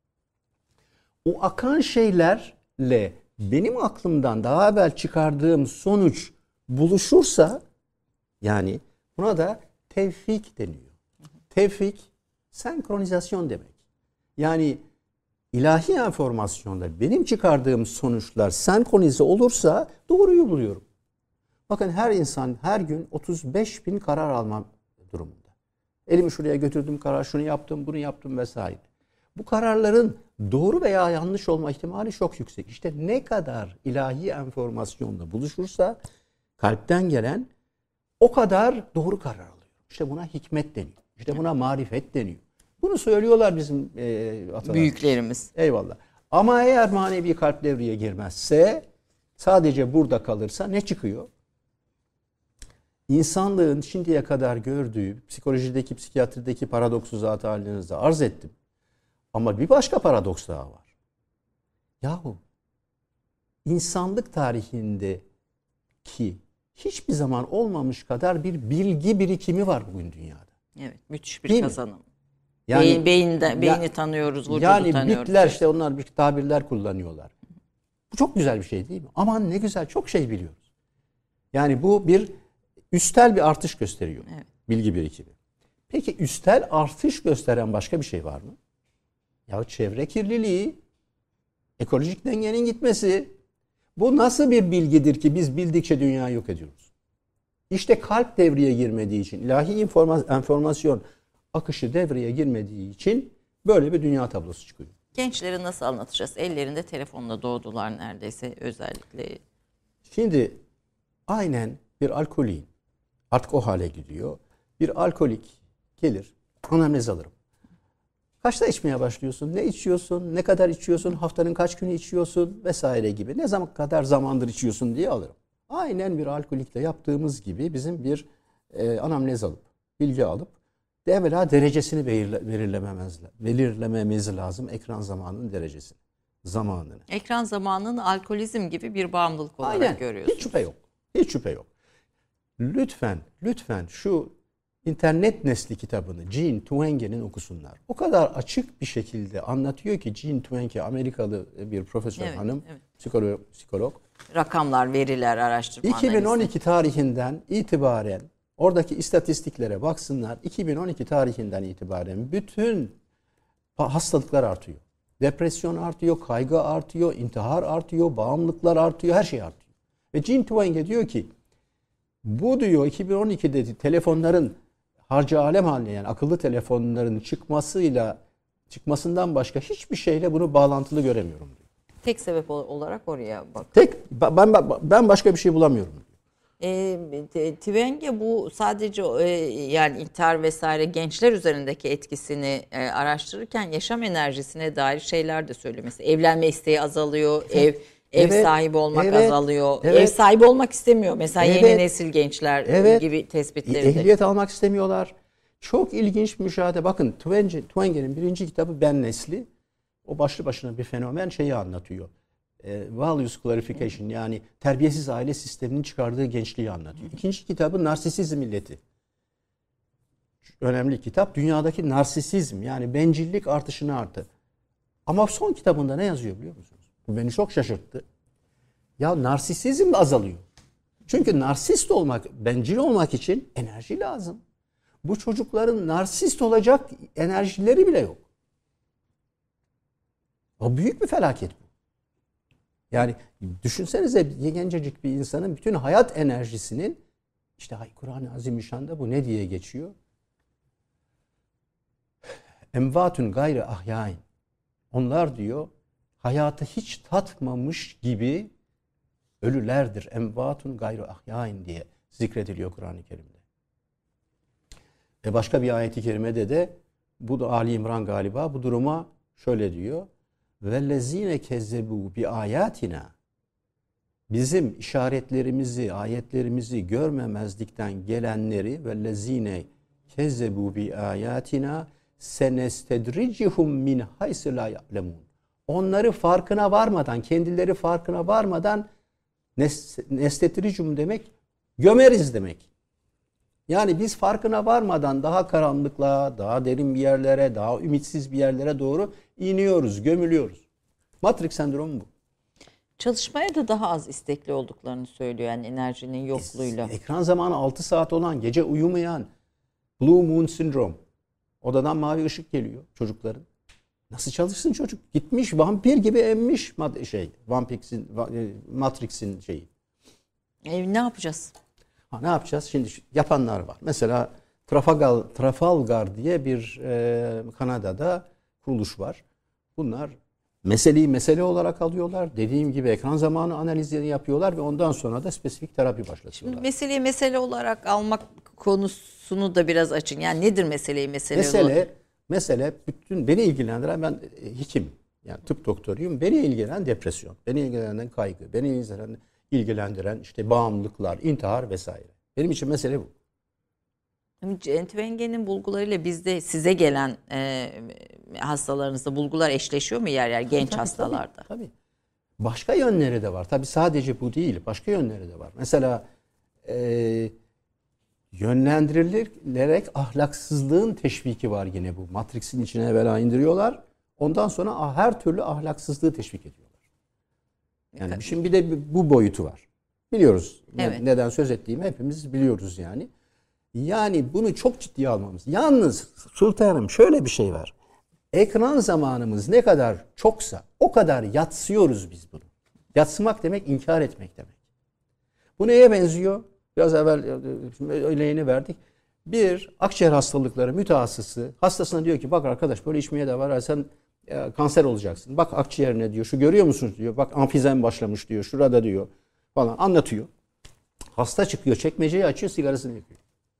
S2: O akan şeylerle benim aklımdan daha evvel çıkardığım sonuç buluşursa, yani buna da tevfik deniyor. Tevfik, senkronizasyon demek. Yani ilahi enformasyonda benim çıkardığım sonuçlar senkronize olursa doğruyu buluyorum. Bakın her insan her gün 35.000 karar alma durumunda. Elimi şuraya götürdüm, karar şunu yaptım, bunu yaptım vesaire. Bu kararların doğru veya yanlış olma ihtimali çok yüksek. İşte ne kadar ilahi enformasyonla buluşursa kalpten gelen o kadar doğru karar alıyor. İşte buna hikmet deniyor. İşte buna marifet deniyor. Bunu söylüyorlar bizim atalarımız.
S1: Büyüklerimiz.
S2: Eyvallah. Ama eğer manevi kalp devreye girmezse, sadece burada kalırsa ne çıkıyor? İnsanlığın şimdiye kadar gördüğü psikolojideki, psikiyatrideki paradoksu zat-ı halinizde arz ettim. Ama bir başka paradoks daha var. Yahu insanlık tarihindeki hiçbir zaman olmamış kadar bir bilgi birikimi var bugün dünyada.
S1: Evet, müthiş
S2: Değil
S1: bir
S2: mi?
S1: kazanım.
S2: Yani,
S1: Beyni tanıyoruz, vücudu
S2: yani
S1: tanıyoruz.
S2: bitler işte onlar bir tabirler kullanıyorlar. Bu çok güzel bir şey değil mi? Aman ne güzel, çok şey biliyoruz. Yani bu bir üstel bir artış gösteriyor.
S1: Evet.
S2: Bilgi birikimi. Peki üstel artış gösteren başka bir şey var mı? Ya çevre kirliliği, ekolojik dengenin gitmesi. Bu nasıl bir bilgidir ki biz bildikçe dünyayı yok ediyoruz? İşte kalp devreye girmediği için, ilahi enformasyon akışı devreye girmediği için böyle bir dünya tablosu çıkıyor.
S1: Gençleri nasıl anlatacağız? Ellerinde telefonla doğdular neredeyse özellikle.
S2: Şimdi aynen bir alkolin, artık o hale gidiyor. Bir alkolik gelir, anamnez alırım. Kaçta içmeye başlıyorsun? Ne içiyorsun? Ne kadar içiyorsun? Haftanın kaç günü içiyorsun? Vesaire gibi. Ne zaman kadar zamandır içiyorsun diye alırım. Aynen bir alkolikle yaptığımız gibi bizim bir anamnez alıp, bilgi alıp evvela derecesini belirlememiz lazım. Ekran zamanının derecesini. Zamanını.
S1: Ekran zamanını alkolizm gibi bir bağımlılık olarak görüyorsunuz.
S2: Hiç şüphe yok. Hiç şüphe yok. Lütfen şu İnternet Nesli kitabını Jean Twenge'nin okusunlar. O kadar açık bir şekilde anlatıyor ki Jean Twenge Amerikalı bir profesör hanım, psikolog.
S1: Rakamlar, veriler, araştırma
S2: 2012 tarihinden itibaren oradaki istatistiklere baksınlar. 2012 tarihinden itibaren bütün hastalıklar artıyor. Depresyon artıyor, kaygı artıyor, intihar artıyor, bağımlılıklar artıyor, her şey artıyor. Ve Jean Twenge diyor ki bu diyor 2012'de telefonların harcı alem haline, yani akıllı telefonların çıkmasından başka hiçbir şeyle bunu bağlantılı göremiyorum diyor.
S1: Tek sebep olarak oraya bak.
S2: Ben başka bir şey bulamıyorum diyor.
S1: Twenge bu sadece yani intihar vesaire gençler üzerindeki etkisini araştırırken yaşam enerjisine dair şeyler de söylüyor. Mesela evlenme isteği azalıyor, ev sahibi olmak azalıyor.
S2: Evet.
S1: Ev sahibi olmak istemiyor. Mesela yeni nesil gençler gibi tespitleri de.
S2: Ehliyet almak istemiyorlar. Çok ilginç bir müşahede. Bakın Twenge'nin birinci kitabı Ben Nesli. O başlı başına bir fenomen şeyi anlatıyor. Values Clarification, yani terbiyesiz aile sisteminin çıkardığı gençliği anlatıyor. İkinci kitabı Narsisizm İlleti. Önemli kitap. Dünyadaki narsisizm, yani bencillik artışını arttı. Ama son kitabında ne yazıyor biliyor musunuz? Bu beni çok şaşırttı. Ya narsisizm azalıyor. Çünkü narsist olmak, bencil olmak için enerji lazım. Bu çocukların narsist olacak enerjileri bile yok. O büyük bir felaket bu. Yani düşünsenize, gencecik bir insanın bütün hayat enerjisinin, işte Kur'an-ı Azimüşşan'da bu ne diye geçiyor? Emvatun gayri ahyain. Onlar diyor hayatı hiç tatmamış gibi ölülerdir. Emvatun gayri ahyain diye zikrediliyor Kur'an-ı Kerim'de. Ve başka bir ayet-i kerimede de, bu da Ali İmran galiba, bu duruma şöyle diyor. Vellezine kezzebu bi ayatina, bizim işaretlerimizi, ayetlerimizi görmemezlikten gelenleri, vellezine kezzebu bi ayatina senestedricihum min haysu la ya'lemun. Onları farkına varmadan, kendileri farkına varmadan, nestedricum demek gömeriz demek. Yani biz farkına varmadan daha karanlıkla, daha derin bir yerlere, daha ümitsiz bir yerlere doğru iniyoruz, gömülüyoruz. Matrix sendromu bu.
S1: Çalışmaya da daha az istekli olduklarını söylüyor, yani enerjinin yokluğuyla.
S2: Ekran zamanı 6 saat olan, gece uyumayan, Blue Moon Syndrome. Odadan mavi ışık geliyor çocukların. Nasıl çalışsın çocuk? Gitmiş vampir gibi emmiş Matrix'in şeyi.
S1: Ne yapacağız?
S2: Ne yapacağız? Şimdi yapanlar var. Mesela Trafalgar diye bir Kanada'da kuruluş var. Bunlar meseleyi mesele olarak alıyorlar. Dediğim gibi ekran zamanı analizlerini yapıyorlar ve ondan sonra da spesifik terapi başlatıyorlar.
S1: Şimdi meseleyi mesele olarak almak konusunu da biraz açın. Yani nedir meseleyi mesele olarak?
S2: Mesele bütün beni ilgilendiren, ben hekim, yani tıp doktoruyum. Beni ilgilenen depresyon, beni ilgilenen kaygı, beni ilgilendiren işte bağımlılıklar, intihar vesaire. Benim için mesele bu.
S1: Entwengen'in bulgularıyla bizde size gelen hastalarınızda bulgular eşleşiyor mu yer yer genç hastalarda?
S2: Tabii. Başka yönleri de var. Tabii sadece bu değil. Başka yönleri de var. Mesela yönlendirilerek ahlaksızlığın teşviki var yine bu. Matrix'in içine evvela indiriyorlar. Ondan sonra her türlü ahlaksızlığı teşvik ediyorlar. Yani şimdi bir de bu boyutu var. Biliyoruz. Evet. Neden söz ettiğimi hepimiz biliyoruz yani. Yani bunu çok ciddiye almamız. Yalnız sultanım şöyle bir şey var. Ekran zamanımız ne kadar çoksa o kadar yatsıyoruz biz bunu. Yatsımak demek inkar etmek demek. Bu neye benziyor? Biraz evvel örneğini verdik. Bir akciğer hastalıkları mütehassısı hastasına diyor ki bak arkadaş böyle içmeye de var, sen kanser olacaksın. Bak akciğerine diyor, şu görüyor musunuz diyor. Bak amfizem başlamış diyor, şurada diyor falan anlatıyor. Hasta çıkıyor, çekmeceyi açıyor, sigarasını yakıyor.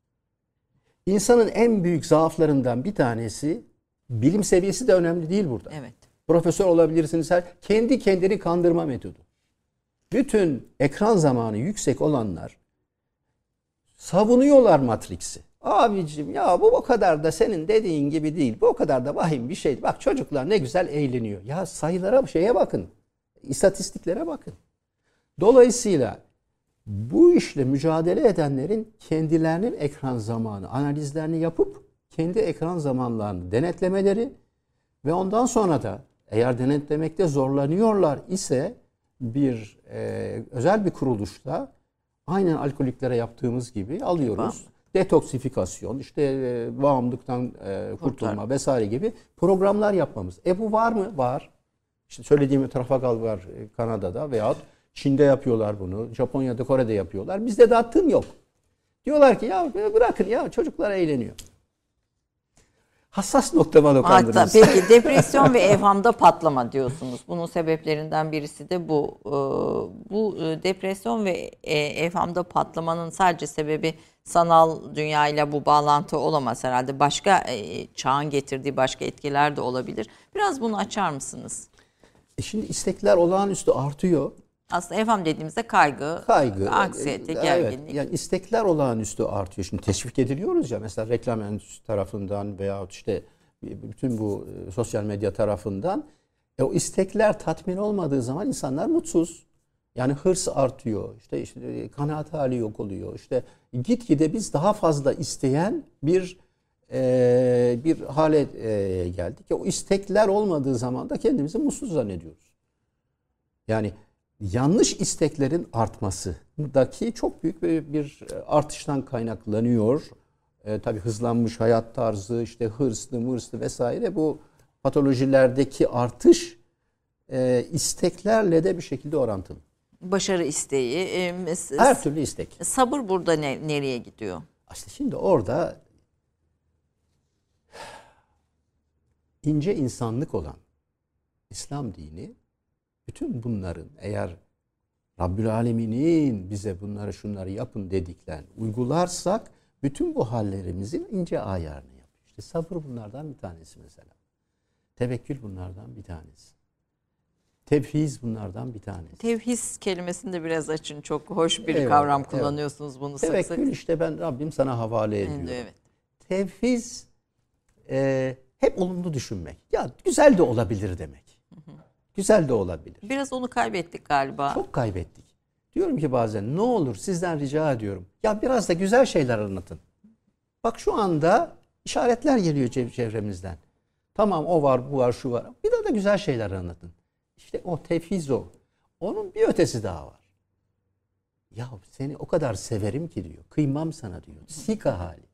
S2: İnsanın en büyük zaaflarından bir tanesi, bilim seviyesi de önemli değil burada.
S1: Evet.
S2: Profesör olabilirsiniz. Kendi kendini kandırma metodu. Bütün ekran zamanı yüksek olanlar savunuyorlar Matrix'i. Abicim ya bu o kadar da senin dediğin gibi değil. Bu o kadar da vahim bir şey. Bak çocuklar ne güzel eğleniyor. Ya sayılara, şeye bakın. İstatistiklere bakın. Dolayısıyla bu işle mücadele edenlerin kendilerinin ekran zamanı analizlerini yapıp kendi ekran zamanlarını denetlemeleri ve ondan sonra da eğer denetlemekte zorlanıyorlar ise bir özel bir kuruluşta aynen alkoliklere yaptığımız gibi alıyoruz. Detoksifikasyon, işte bağımlılıktan kurtulma vesaire gibi programlar yapmamız. Bu var mı? Var. İşte söylediğim Trafalgar var Kanada'da veyahut Çin'de yapıyorlar bunu. Japonya'da, Kore'de yapıyorlar. Bizde de attığım yok. Diyorlar ki ya bırakın ya çocuklar eğleniyor. Hassas noktama dokandınız.
S1: Peki depresyon ve evhamda patlama diyorsunuz. Bunun sebeplerinden birisi de bu. Bu depresyon ve evhamda patlamanın sadece sebebi sanal dünyayla bu bağlantı olamaz herhalde. Başka çağın getirdiği başka etkiler de olabilir. Biraz bunu açar mısınız?
S2: Şimdi istekler olağanüstü artıyor.
S1: Aslında evham dediğimizde kaygı, anksiyete, gerginlik.
S2: Evet, yani istekler olağanüstü artıyor. Şimdi teşvik ediliyoruz ya mesela reklam endüstrisi tarafından veyahut işte bütün bu sosyal medya tarafından O istekler tatmin olmadığı zaman insanlar mutsuz. Yani hırs artıyor. İşte kanaat hali yok oluyor. İşte gitgide biz daha fazla isteyen bir hale geldik. O istekler olmadığı zaman da kendimizi mutsuz zannediyoruz. Yani yanlış isteklerin artmasındaki çok büyük bir artıştan kaynaklanıyor. Tabii hızlanmış hayat tarzı, işte hırslı vesaire, bu patolojilerdeki artış isteklerle de bir şekilde orantılı.
S1: Başarı isteği.
S2: Her türlü istek.
S1: Sabır burada nereye gidiyor?
S2: İşte şimdi orada ince insanlık olan İslam dini bütün bunların, eğer Rabbül Alemin'in bize şunları yapın dediklerini uygularsak bütün bu hallerimizin ince ayarını yapıyor. İşte sabır bunlardan bir tanesi mesela. Tevekkül bunlardan bir tanesi. Tevhiz bunlardan bir tanesi.
S1: Tevhid kelimesini de biraz açın. Çok hoş bir
S2: Evet,
S1: kavram kullanıyorsunuz bunu sık sık.
S2: Tevekkül işte ben Rabbim sana havale ediyorum.
S1: Evet.
S2: Tevhiz hep olumlu düşünmek. Ya güzel de olabilir demek. Güzel de olabilir.
S1: Biraz onu kaybettik galiba.
S2: Çok kaybettik. Diyorum ki bazen ne olur sizden rica ediyorum. Ya biraz da güzel şeyler anlatın. Bak şu anda işaretler geliyor çevremizden. Tamam o var, bu var, şu var. Bir de güzel şeyler anlatın. İşte o tevhiz o. Onun bir ötesi daha var. Ya seni o kadar severim ki diyor. Kıymam sana diyor. Sika hali.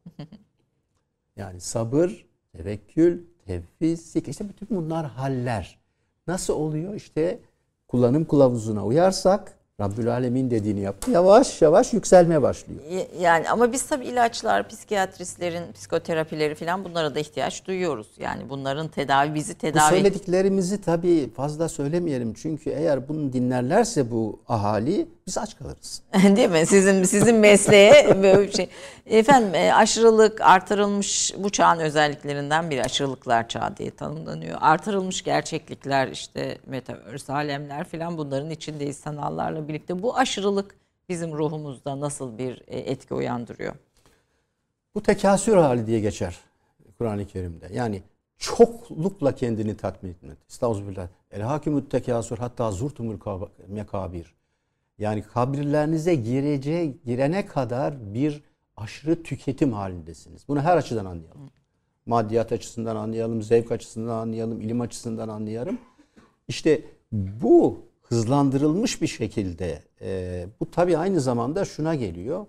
S2: Yani sabır, tevekkül, tevhiz, sika. İşte bütün bunlar haller. Nasıl oluyor? İşte kullanım kılavuzuna uyarsak, Rabbül Alemin dediğini yaptı. Yavaş yavaş yükselmeye başlıyor.
S1: Yani ama biz tabii ilaçlar, psikiyatristlerin psikoterapileri falan bunlara da ihtiyaç duyuyoruz. Yani bunların bizi
S2: Bu
S1: tedavi...
S2: söylediklerimizi tabii fazla söylemeyelim. Çünkü eğer bunu dinlerlerse bu ahali biz aç kalırız.
S1: Değil mi? Sizin mesleğe böyle bir şey. Efendim aşırılık artırılmış, bu çağın özelliklerinden biri aşırılıklar çağı diye tanımlanıyor. Artırılmış gerçeklikler, işte metaverse alemler falan, bunların içindeyiz sanallarla birlikte. Bu aşırılık bizim ruhumuzda nasıl bir etki uyandırıyor?
S2: Bu tekasür hali diye geçer Kur'an-ı Kerim'de. Yani çoklukla kendini tatmin etmek. Estağfirullah. El hakimut tekasür hatta zurtumul mekabir. Yani kabirlerinize girene kadar bir aşırı tüketim halindesiniz. Bunu her açıdan anlayalım. Maddiyat açısından anlayalım, zevk açısından anlayalım, ilim açısından anlayalım. İşte bu hızlandırılmış bir şekilde bu tabii aynı zamanda şuna geliyor.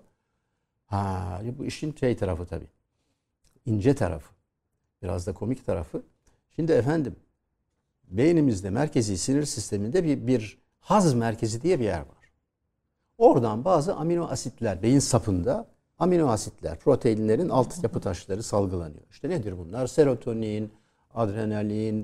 S2: Bu işin tarafı tabii. İnce tarafı. Biraz da komik tarafı. Şimdi efendim beynimizde merkezi sinir sisteminde bir haz merkezi diye bir yer var. Oradan bazı amino asitler, beyin sapında amino asitler, proteinlerin alt yapı taşları salgılanıyor. İşte nedir bunlar? Serotonin, adrenalin,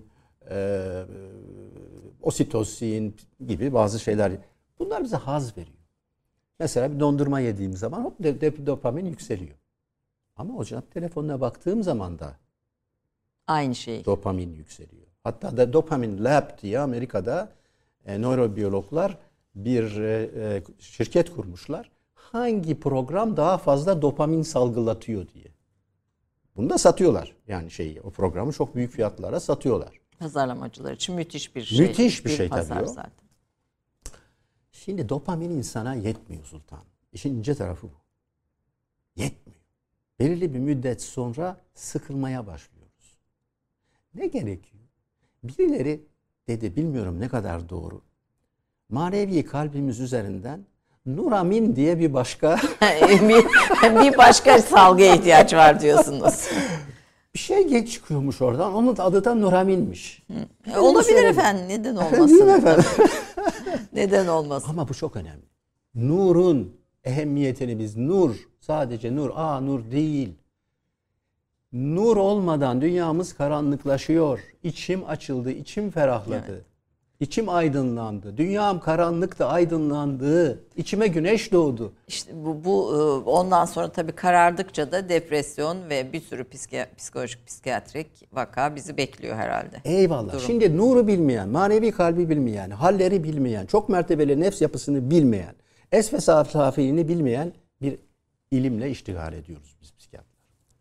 S2: ositosin gibi bazı şeyler. Bunlar bize haz veriyor. Mesela bir dondurma yediğim zaman hop dopamin yükseliyor. Ama hocam telefonuna baktığım zaman da
S1: aynı şey.
S2: Dopamin yükseliyor. Hatta da Dopamin Lab diye Amerika'da nörobiyologlar bir şirket kurmuşlar. Hangi program daha fazla dopamin salgılatıyor diye. Bunu da satıyorlar. Yani o programı çok büyük fiyatlara satıyorlar.
S1: Pazarlamacılar için müthiş bir şey.
S2: Müthiş bir şey tabii o.
S1: Zaten.
S2: Şimdi dopamin insana yetmiyor Sultan. İşin ince tarafı bu. Yetmiyor. Belirli bir müddet sonra sıkılmaya başlıyoruz. Ne gerekiyor? Birileri dedi, bilmiyorum ne kadar doğru. Manevi kalbimiz üzerinden nuramin diye bir başka
S1: bir başka salgıya ihtiyaç var diyorsunuz.
S2: bir şey çıkıyormuş oradan. Onun adı da nuraminmiş.
S1: Olabilir efendim. Neden olmasın?
S2: Değil mi efendim?
S1: Neden olmasın?
S2: Ama bu çok önemli. Nurun ehemmiyetini biz sadece nur, nur değil. Nur olmadan dünyamız karanlıklaşıyor. İçim açıldı, içim ferahladı. Evet. İçim aydınlandı. Dünyam karanlıkta aydınlandı. İçime güneş doğdu.
S1: İşte bu ondan sonra tabii karardıkça da depresyon ve bir sürü psikolojik, psikiyatrik vaka bizi bekliyor herhalde.
S2: Eyvallah. Durum. Şimdi nuru bilmeyen, manevi kalbi bilmeyen, halleri bilmeyen, çok mertebeli nefs yapısını bilmeyen, esfe safiliğini bilmeyen bir ilimle iştigal ediyoruz biz psikiyatrlar.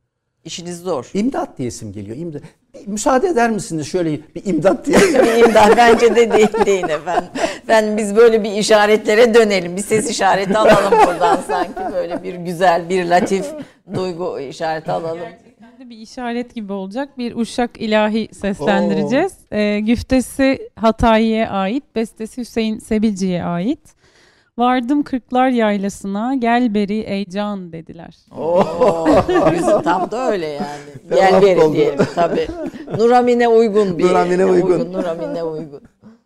S1: İşiniz zor.
S2: İmdat diyesim geliyor. İmdat. Müsaade eder misiniz şöyle bir imdat diye?
S1: Bir imdat bence de deyin efendim. Biz böyle bir işaretlere dönelim. Bir ses işareti alalım buradan sanki. Böyle bir güzel, bir latif duygu işareti alalım.
S3: Gerçekten de bir işaret gibi olacak. Bir uşak ilahi seslendireceğiz. Güftesi Hatayi'ye ait, bestesi Hüseyin Sebilci'ye ait. Vardım Kırklar Yaylası'na, gel beri ey can dediler.
S1: Güzel, tam da öyle yani. Gel beri diye tabii. Nuramine uygun bir.
S2: Nuramine uygun.
S1: Nuramine uygun.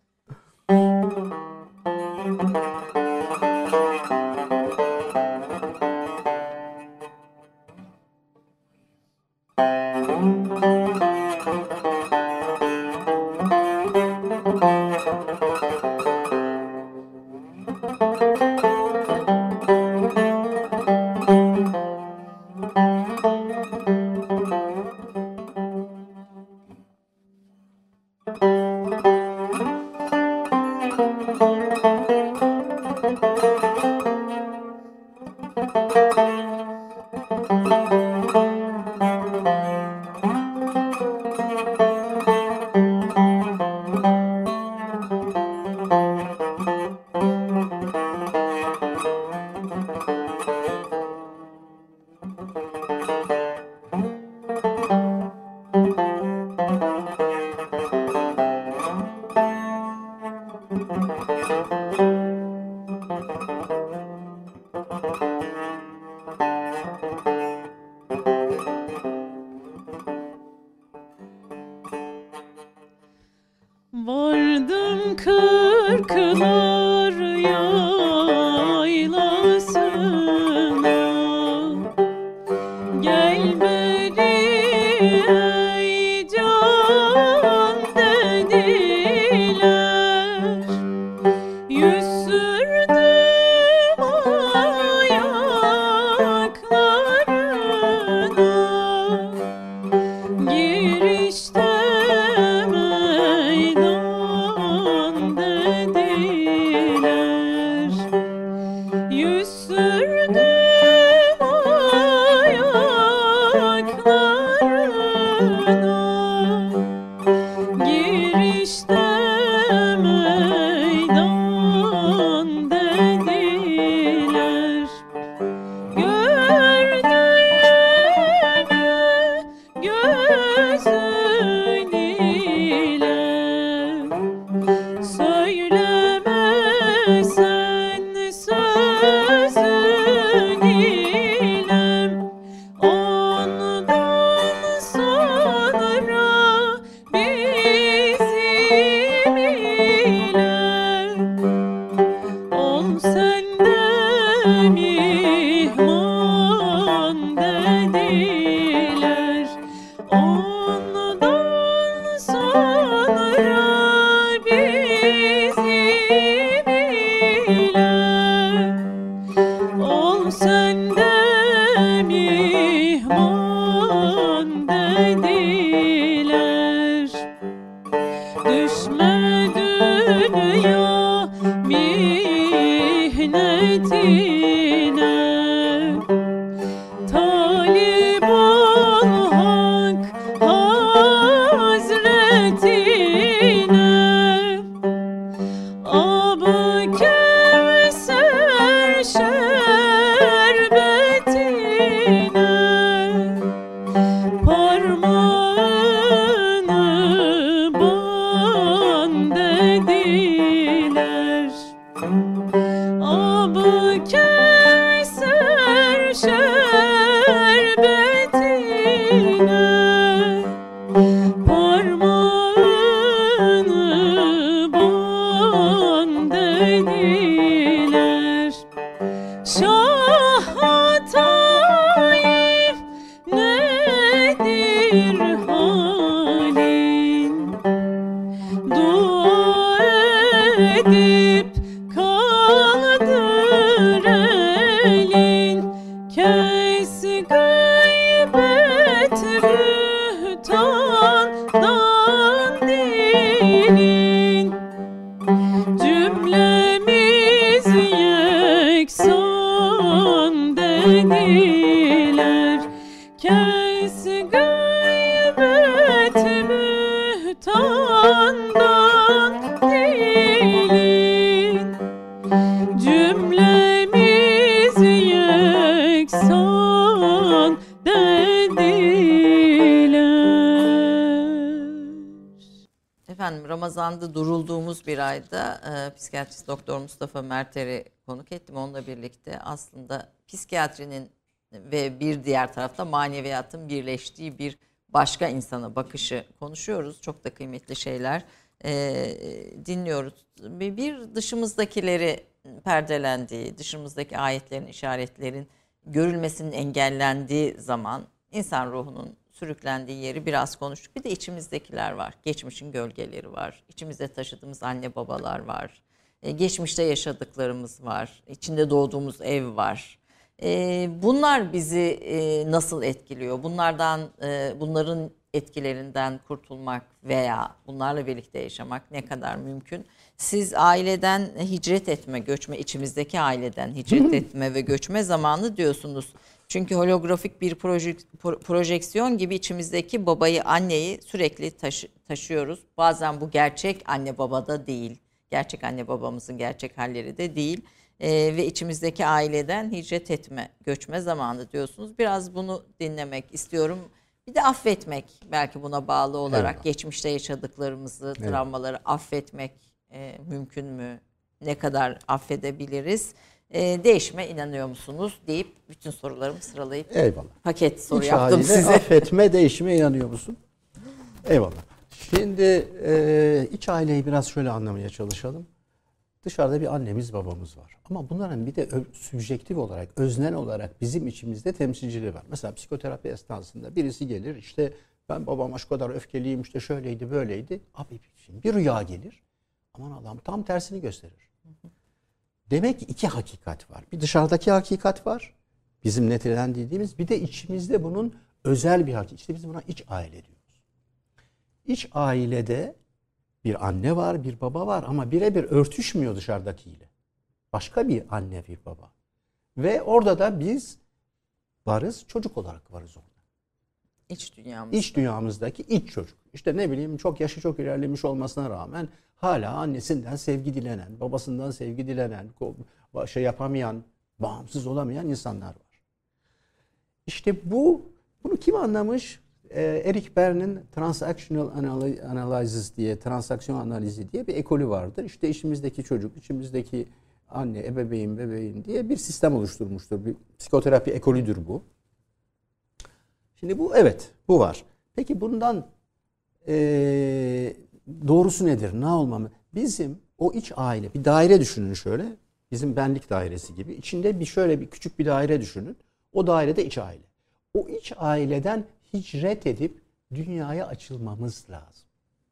S3: Vardım Kırklar Yaylası'na, gel beri ey can dediler. Yüz sürdüm ayaklarına, girişte meydan dediler. Yüz sürdüm ayaklarına, girişte meydan dediler. Gördüğünü gözün ile söylemesen sözün ile, ondan sonra bizim ile ol sende mihman dediler. Ondan sonra bizim ile ol sende mihman dediler. Düşme dünya mihnetine, talip ol hak hazretine. Ab-ı Kevser şerbetine, parmağını ban dediler. Ab-ı Kevser şerbetine, parmağını ban dediler.
S1: Ramazan'da durulduğumuz bir ayda psikiyatrist Doktor Mustafa Merter'i konuk ettim. Onunla birlikte aslında psikiyatrinin ve bir diğer tarafta maneviyatın birleştiği bir başka insana bakışı konuşuyoruz. Çok da kıymetli şeyler dinliyoruz. Bir dışımızdakileri perdelendiği, dışımızdaki ayetlerin, işaretlerin görülmesinin engellendiği zaman insan ruhunun sürüklendiği yeri biraz konuştuk. Bir de içimizdekiler var. Geçmişin gölgeleri var. İçimizde taşıdığımız anne babalar var. Geçmişte yaşadıklarımız var. İçinde doğduğumuz ev var. Bunlar bizi nasıl etkiliyor? Bunların etkilerinden kurtulmak veya bunlarla birlikte yaşamak ne kadar mümkün? Siz aileden hicret etme, göçme, içimizdeki aileden hicret etme ve göçme zamanı diyorsunuz. Çünkü holografik bir projeksiyon gibi içimizdeki babayı, anneyi sürekli taşıyoruz. Bazen bu gerçek anne babada değil. Gerçek anne babamızın gerçek halleri de değil. Ve içimizdeki aileden hicret etme, göçme zamanı diyorsunuz. Biraz bunu dinlemek istiyorum. Bir de affetmek belki buna bağlı olarak. Evet. Geçmişte yaşadıklarımızı, travmaları affetmek mümkün mü? Ne kadar affedebiliriz? Değişime inanıyor musunuz deyip bütün sorularımı sıralayıp paket soru yaptım size.
S2: Affetme, değişime inanıyor musun? Eyvallah. Şimdi iç aileyi biraz şöyle anlamaya çalışalım. Dışarıda bir annemiz babamız var. Ama bunların bir de sübjektif olarak, öznel olarak bizim içimizde temsilcileri var. Mesela psikoterapi esnasında birisi gelir, işte ben babama şu kadar öfkeliyim, işte şöyleydi böyleydi. Abi şimdi bir rüya gelir. Aman Allah'ım, tam tersini gösterir. Demek ki iki hakikat var. Bir dışarıdaki hakikat var. Bizim nitelendirdiğimiz, bir de içimizde bunun özel bir hakikat. İşte biz buna iç aile diyoruz. İç ailede bir anne var, bir baba var ama birebir örtüşmüyor dışarıdakiyle. Başka bir anne, bir baba. Ve orada da biz varız, çocuk olarak varız orada.
S1: İç dünyamızda.
S2: İç dünyamızdaki iç çocuk. İşte ne bileyim, yaşı çok ilerlemiş olmasına rağmen hala annesinden sevgi dilenen, babasından sevgi dilenen, yapamayan, bağımsız olamayan insanlar var. İşte bunu kim anlamış? Eric Berne'in Transactional Analysis diye, transaksiyon analizi diye bir ekolü vardır. İşte içimizdeki çocuk, içimizdeki anne, bebeğin diye bir sistem oluşturmuştur. Bir psikoterapi ekolüdür bu. Şimdi bu var. Peki bundan doğrusu nedir? Ne olmalı? Bizim o iç aile, bir daire düşünün şöyle. Bizim benlik dairesi gibi. İçinde bir küçük bir daire düşünün. O dairede iç aile. O iç aileden hicret edip dünyaya açılmamız lazım.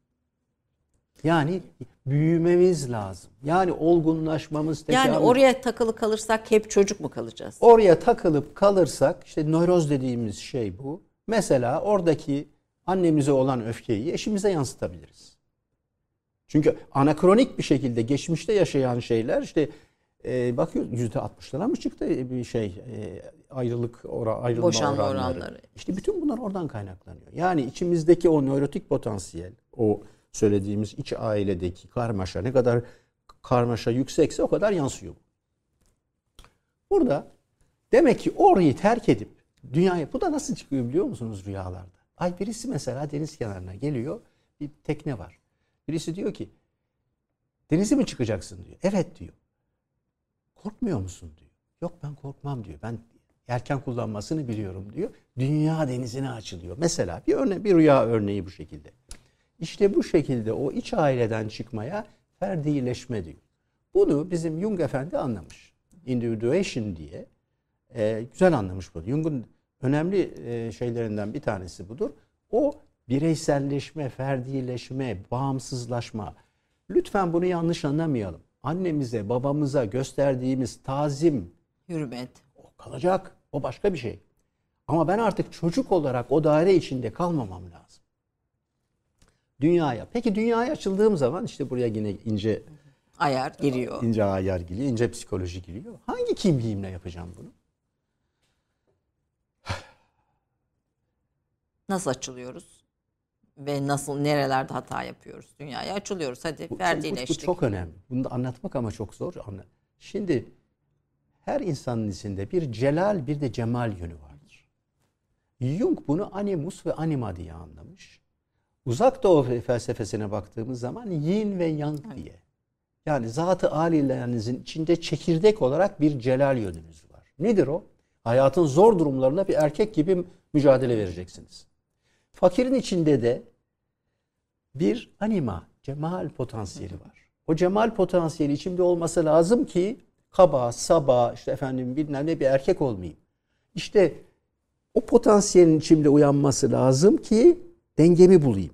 S2: Yani büyümemiz lazım. Yani olgunlaşmamız.
S1: Yani oraya takılı kalırsak hep çocuk mu kalacağız?
S2: Oraya takılıp kalırsak, işte nöroz dediğimiz şey bu. Mesela oradaki annemize olan öfkeyi eşimize yansıtabiliriz. Çünkü anakronik bir şekilde geçmişte yaşayan şeyler, işte bakıyoruz %60'lara mı çıktı bir ayrılma
S1: boşanma
S2: oranları. İşte bütün bunlar oradan kaynaklanıyor. Yani içimizdeki o nörotik potansiyel, o söylediğimiz iç ailedeki karmaşa, ne kadar karmaşa yüksekse o kadar yansıyor. Burada demek ki orayı terk edip dünyaya, bu da nasıl çıkıyor biliyor musunuz rüyalarda? Birisi mesela deniz kenarına geliyor, bir tekne var. Birisi diyor ki, denize mi çıkacaksın diyor. Evet diyor. Korkmuyor musun diyor. Yok ben korkmam diyor. Ben yelken kullanmasını biliyorum diyor. Dünya denizine açılıyor. Mesela bir rüya örneği bu şekilde. İşte bu şekilde o iç aileden çıkmaya ferdileşme diyor. Bunu bizim Jung Efendi anlamış. Individuation diye. Güzel anlamış bunu. Jung'un önemli şeylerinden bir tanesi budur. O bireyselleşme, ferdileşme, bağımsızlaşma. Lütfen bunu yanlış anlamayalım. Annemize, babamıza gösterdiğimiz tazim,
S1: hürmet,
S2: o kalacak. O başka bir şey. Ama ben artık çocuk olarak o daire içinde kalmamam lazım. Peki dünyaya açıldığım zaman işte buraya yine ince
S1: ayar giriyor.
S2: İnce ayar giriyor, ince psikoloji giriyor. Hangi kimliğimle yapacağım bunu?
S1: Nasıl açılıyoruz? Ve nerelerde hata yapıyoruz? Dünyaya açılıyoruz. Hadi ferdileştik.
S2: Bu çok önemli. Bunu da anlatmak ama çok zor. Şimdi her insanın içinde bir celal, bir de cemal yönü vardır. Jung bunu animus ve anima diye anlamış. Uzak Doğu felsefesine baktığımız zaman yin ve yang diye. Yani zat-ı âlilerinizin içinde çekirdek olarak bir celal yönünüz var. Nedir o? Hayatın zor durumlarına bir erkek gibi mücadele vereceksiniz. Fakirin içinde de bir anima, cemal potansiyeli var. O cemal potansiyeli içimde olması lazım ki kaba, saba, işte efendim bilmem ne bir erkek olmayayım. İşte o potansiyelin içimde uyanması lazım ki dengemi bulayım.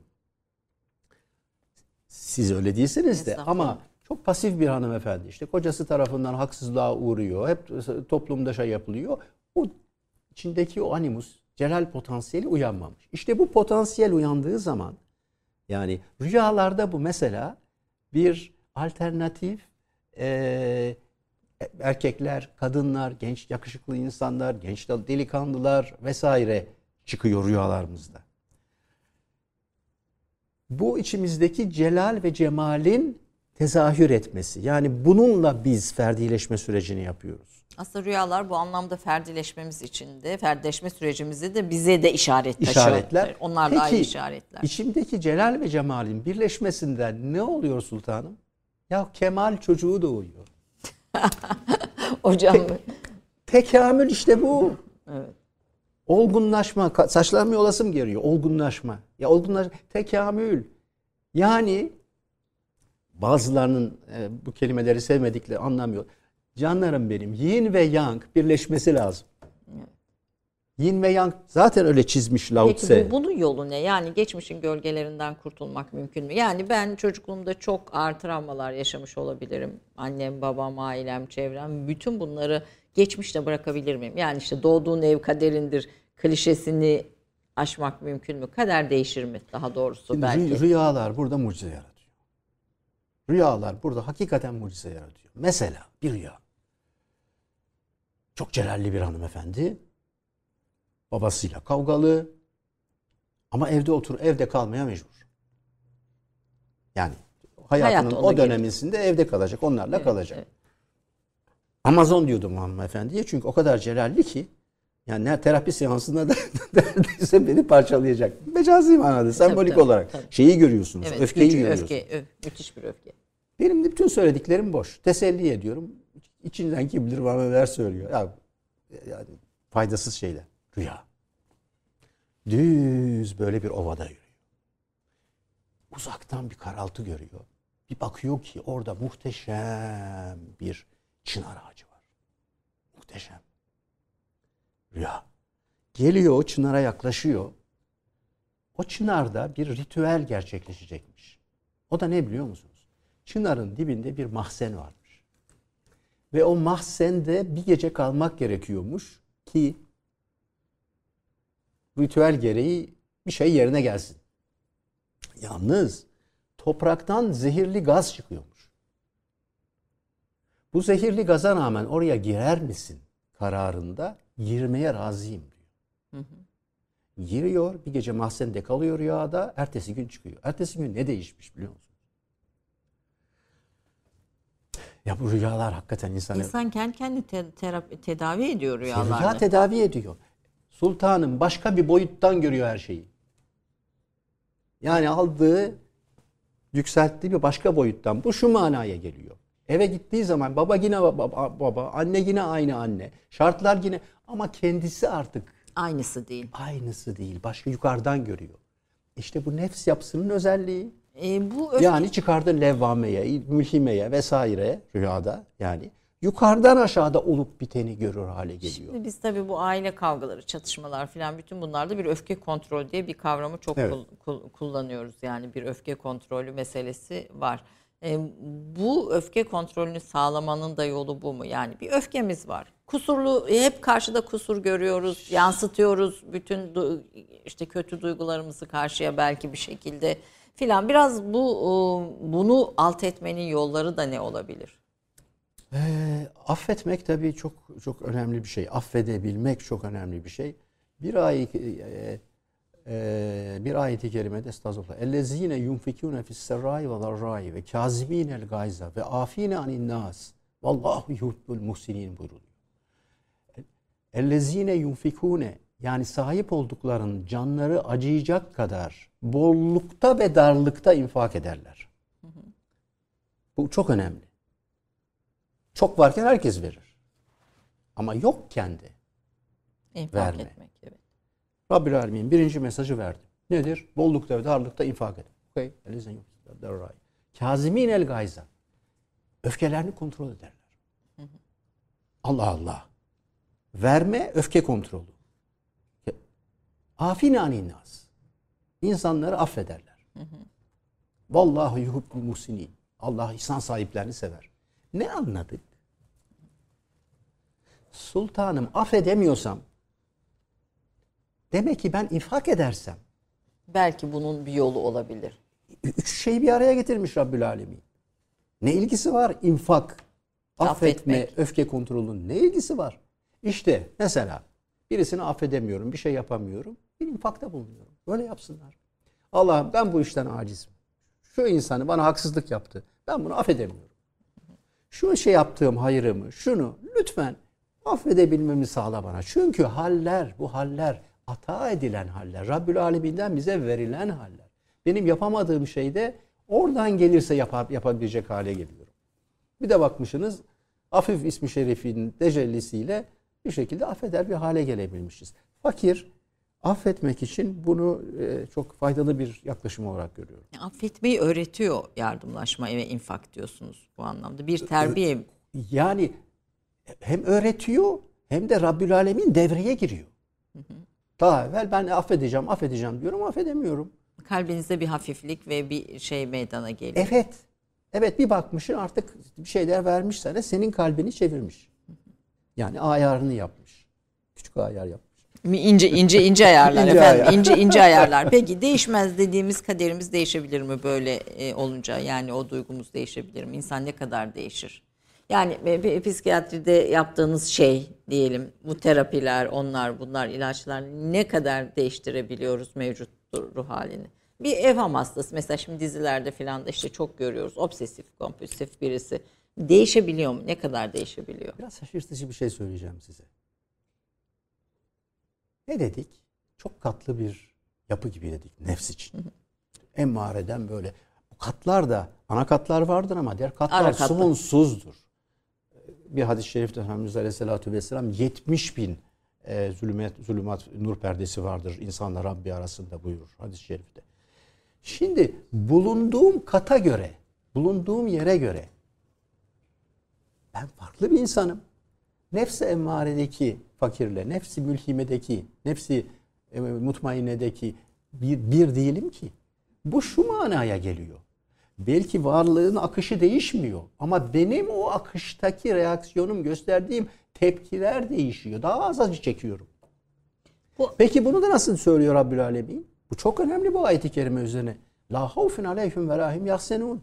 S2: Siz öyle değilsiniz de ama çok pasif bir hanımefendi. İşte kocası tarafından haksızlığa uğruyor. Hep toplumda şey yapılıyor. O içindeki o animus, celal potansiyeli uyanmamış. İşte bu potansiyel uyandığı zaman yani rüyalarda bu mesela bir alternatif erkekler, kadınlar, genç yakışıklı insanlar, genç delikanlılar vesaire çıkıyor rüyalarımızda. Bu içimizdeki celal ve cemalin tezahür etmesi. Yani bununla biz ferdileşme sürecini yapıyoruz.
S1: Aslında rüyalar bu anlamda ferdileşmemiz için de, ferdileşme sürecimizde de bize de işaretler. Onlar da ayrı işaretler.
S2: Peki içimdeki celal ve cemalin birleşmesinden ne oluyor sultanım? Ya kemal çocuğu doğuyor.
S1: Hocam.
S2: Tekamül işte bu.
S1: Evet.
S2: Olgunlaşma, saçlarımı yolasım geliyor. Olgunlaşma. Ya olgunlaşma, tekamül. Yani bazılarının bu kelimeleri sevmedikleri anlamıyor. Canlarım benim, yin ve yang birleşmesi lazım. Evet. Yin ve yang zaten öyle çizmiş Lao Tse.
S1: Peki bunun yolu ne? Yani geçmişin gölgelerinden kurtulmak mümkün mü? Yani ben çocukluğumda çok ağır travmalar yaşamış olabilirim. Annem, babam, ailem, çevrem. Bütün bunları geçmişte bırakabilir miyim? Yani işte doğduğun ev kaderindir klişesini aşmak mümkün mü? Kader değişir mi daha doğrusu belki?
S2: Rüyalar burada mucize yaratıyor. Rüyalar burada hakikaten mucize yaratıyor. Mesela bir rüya. Çok celalli bir hanımefendi. Babasıyla kavgalı. Ama evde kalmaya mecbur. Yani hayatının o dönemisinde evde kalacak. Onlarla kalacak. Evet. Amazon diyordum hanımefendiye. Çünkü o kadar celalli ki yani terapi seansında da neredeyse beni parçalayacak. Mecazi manada, sembolik olarak. Tabii. Şeyi görüyorsunuz. Evet, öfkeyi görüyorsunuz.
S1: Müthiş bir öfke.
S2: Benim de bütün söylediklerim boş. Teselli ediyorum. İçinden kim bilir bana neler söylüyor. Yani faydasız şeyler. Rüya. Düz böyle bir ovada yürüyor. Uzaktan bir karaltı görüyor. Bir bakıyor ki orada muhteşem bir çınar ağacı var. Muhteşem. Rüya. Geliyor o çınara yaklaşıyor. O çınarda bir ritüel gerçekleşecekmiş. O da ne biliyor musunuz? Çınarın dibinde bir mahzen varmış. Ve o mahzende bir gece kalmak gerekiyormuş ki ritüel gereği bir şey yerine gelsin. Yalnız topraktan zehirli gaz çıkıyormuş. Bu zehirli gaza rağmen oraya girer misin kararında girmeye razıyım diyor. Giriyor, bir gece mahzende kalıyor rüyada, ertesi gün çıkıyor. Ertesi gün ne değişmiş biliyor musunuz? Ya bu rüyalar hakikaten insanı...
S1: İnsan kendi kendini tedavi ediyor rüyalarla.
S2: Rüya tedavi ediyor. Sultanım başka bir boyuttan görüyor her şeyi. Yani aldığı, yükselttiği bir başka boyuttan. Bu şu manaya geliyor. Eve gittiği zaman baba yine baba, anne yine aynı anne. Şartlar yine ama kendisi artık
S1: aynısı değil.
S2: Aynısı değil. Başka yukarıdan görüyor. İşte bu nefs yapısının özelliği.
S1: Bu
S2: yani çıkardığı levvameye, mülhimeye vesaire rüyada yani yukarıdan aşağıda olup biteni görür hale geliyor.
S1: Şimdi biz tabii bu aile kavgaları, çatışmalar filan bütün bunlarda bir öfke kontrolü diye bir kavramı çok kullanıyoruz. Yani bir öfke kontrolü meselesi var. Bu öfke kontrolünü sağlamanın da yolu bu mu? Yani bir öfkemiz var. Kusurlu, hep karşıda kusur görüyoruz, yansıtıyoruz bütün işte kötü duygularımızı karşıya belki bir şekilde filan. Biraz bunu alt etmenin yolları da ne olabilir?
S2: Affetmek tabii çok çok önemli bir şey. Affedebilmek çok önemli bir şey. Bir ayet-i kerimede estağfurullah. Ellezine yunfikune fisserrai ve darrai ve kazibinel gayza ve afine anin nas. Vallahu yuhibbul muhsinin buyuruyor. Ellezine yunfikune yani sahip olduklarının canları acıyacak kadar bollukta ve darlıkta infak ederler. Bu çok önemli. Çok varken herkes verir. Ama yokken de
S1: İnfak
S2: verme.
S1: etmek. Evet.
S2: Rabbül Alemin birinci mesajı verdi. Nedir? Bollukta ve darlıkta infak et. Okay. Kâzimîn el gayza. Öfkelerini kontrol ederler. Allah Allah. Verme öfke kontrolü. Afîn anin nâs. İnsanları affederler. Vallahu yuhibbul muhsinin. Allah ihsan sahiplerini sever. Ne anladık? Sultanım affedemiyorsam demek ki ben infak edersem
S1: Belki bunun bir yolu olabilir.
S2: üç şeyi bir araya getirmiş Rabbül Alemin. Ne ilgisi var? İnfak, affetme,
S1: Affetmek.
S2: öfke kontrolünün ne ilgisi var? İşte mesela birisini affedemiyorum, bir şey yapamıyorum. Bir infakta bulunuyorum. Böyle yapsınlar. Allah'ım ben bu işten acizim. Şu insanı bana haksızlık yaptı. Ben bunu affedemiyorum. Şu şey yaptığım hayrımı, şunu lütfen affedebilmemi sağla bana. Çünkü haller, bu haller ata edilen haller. Rabbül Alemin'den bize verilen haller. Benim yapamadığım şeyde oradan gelirse yapabilecek hale geliyorum. Bir de bakmışsınız Afif ismi şerifinin tecellisiyle bir şekilde affeder bir hale gelebilmişiz. Fakir affetmek için bunu çok faydalı bir yaklaşım olarak görüyorum.
S1: Affetmeyi öğretiyor yardımlaşma ve infak diyorsunuz bu anlamda. Bir terbiye.
S2: Yani hem öğretiyor hem de Rabbül Alemin devreye giriyor. Daha evvel ben affedeceğim diyorum ama affedemiyorum.
S1: Kalbinizde bir hafiflik ve bir şey meydana geliyor.
S2: Evet. Evet bir bakmışsın artık bir şeyler vermiş sana senin kalbini çevirmiş. Yani ayarını yapmış. Küçük ayar yapmış.
S1: İnce ayarlar
S2: İnce
S1: efendim.
S2: ayar.
S1: İnce ayarlar. Peki değişmez dediğimiz kaderimiz değişebilir mi böyle olunca? Yani o duygumuz değişebilir mi? İnsan ne kadar değişir? Yani psikiyatride yaptığınız şey diyelim bu terapiler, onlar, bunlar, ilaçlar ne kadar değiştirebiliyoruz mevcut ruh halini? Bir evham hastası mesela şimdi dizilerde falan da işte çok görüyoruz. Obsesif, kompulsif birisi. Değişebiliyor mu? Ne kadar değişebiliyor?
S2: Biraz şaşırtıcı bir şey söyleyeceğim size. Ne dedik? Çok katlı bir yapı gibi dedik nefs için. Emmareden böyle. Bu katlar da ana katlar vardır ama diğer katlar
S1: Ara katlar.
S2: sonsuzdur. Bir hadis-i şerifte Efendimiz Aleyhisselatü Vesselam 70 bin zulümat nur perdesi vardır insanla Rabbi arasında buyurur hadis-i şerifte. Şimdi bulunduğum kata göre, bulunduğum yere göre ben farklı bir insanım. Nefs-i emmaredeki fakirle, nefs-i mülhimedeki, nefs-i mutmainnedeki bir değilim ki. Bu şu manaya geliyor. Belki varlığın akışı değişmiyor ama benim o akıştaki reaksiyonum, gösterdiğim tepkiler değişiyor. Daha az acı çekiyorum. Peki bunu da nasıl söylüyor Rabbül Alemin? Bu çok önemli bu ayet-i kerime üzerine. La havfun aleyhim ve lahim yahsenun.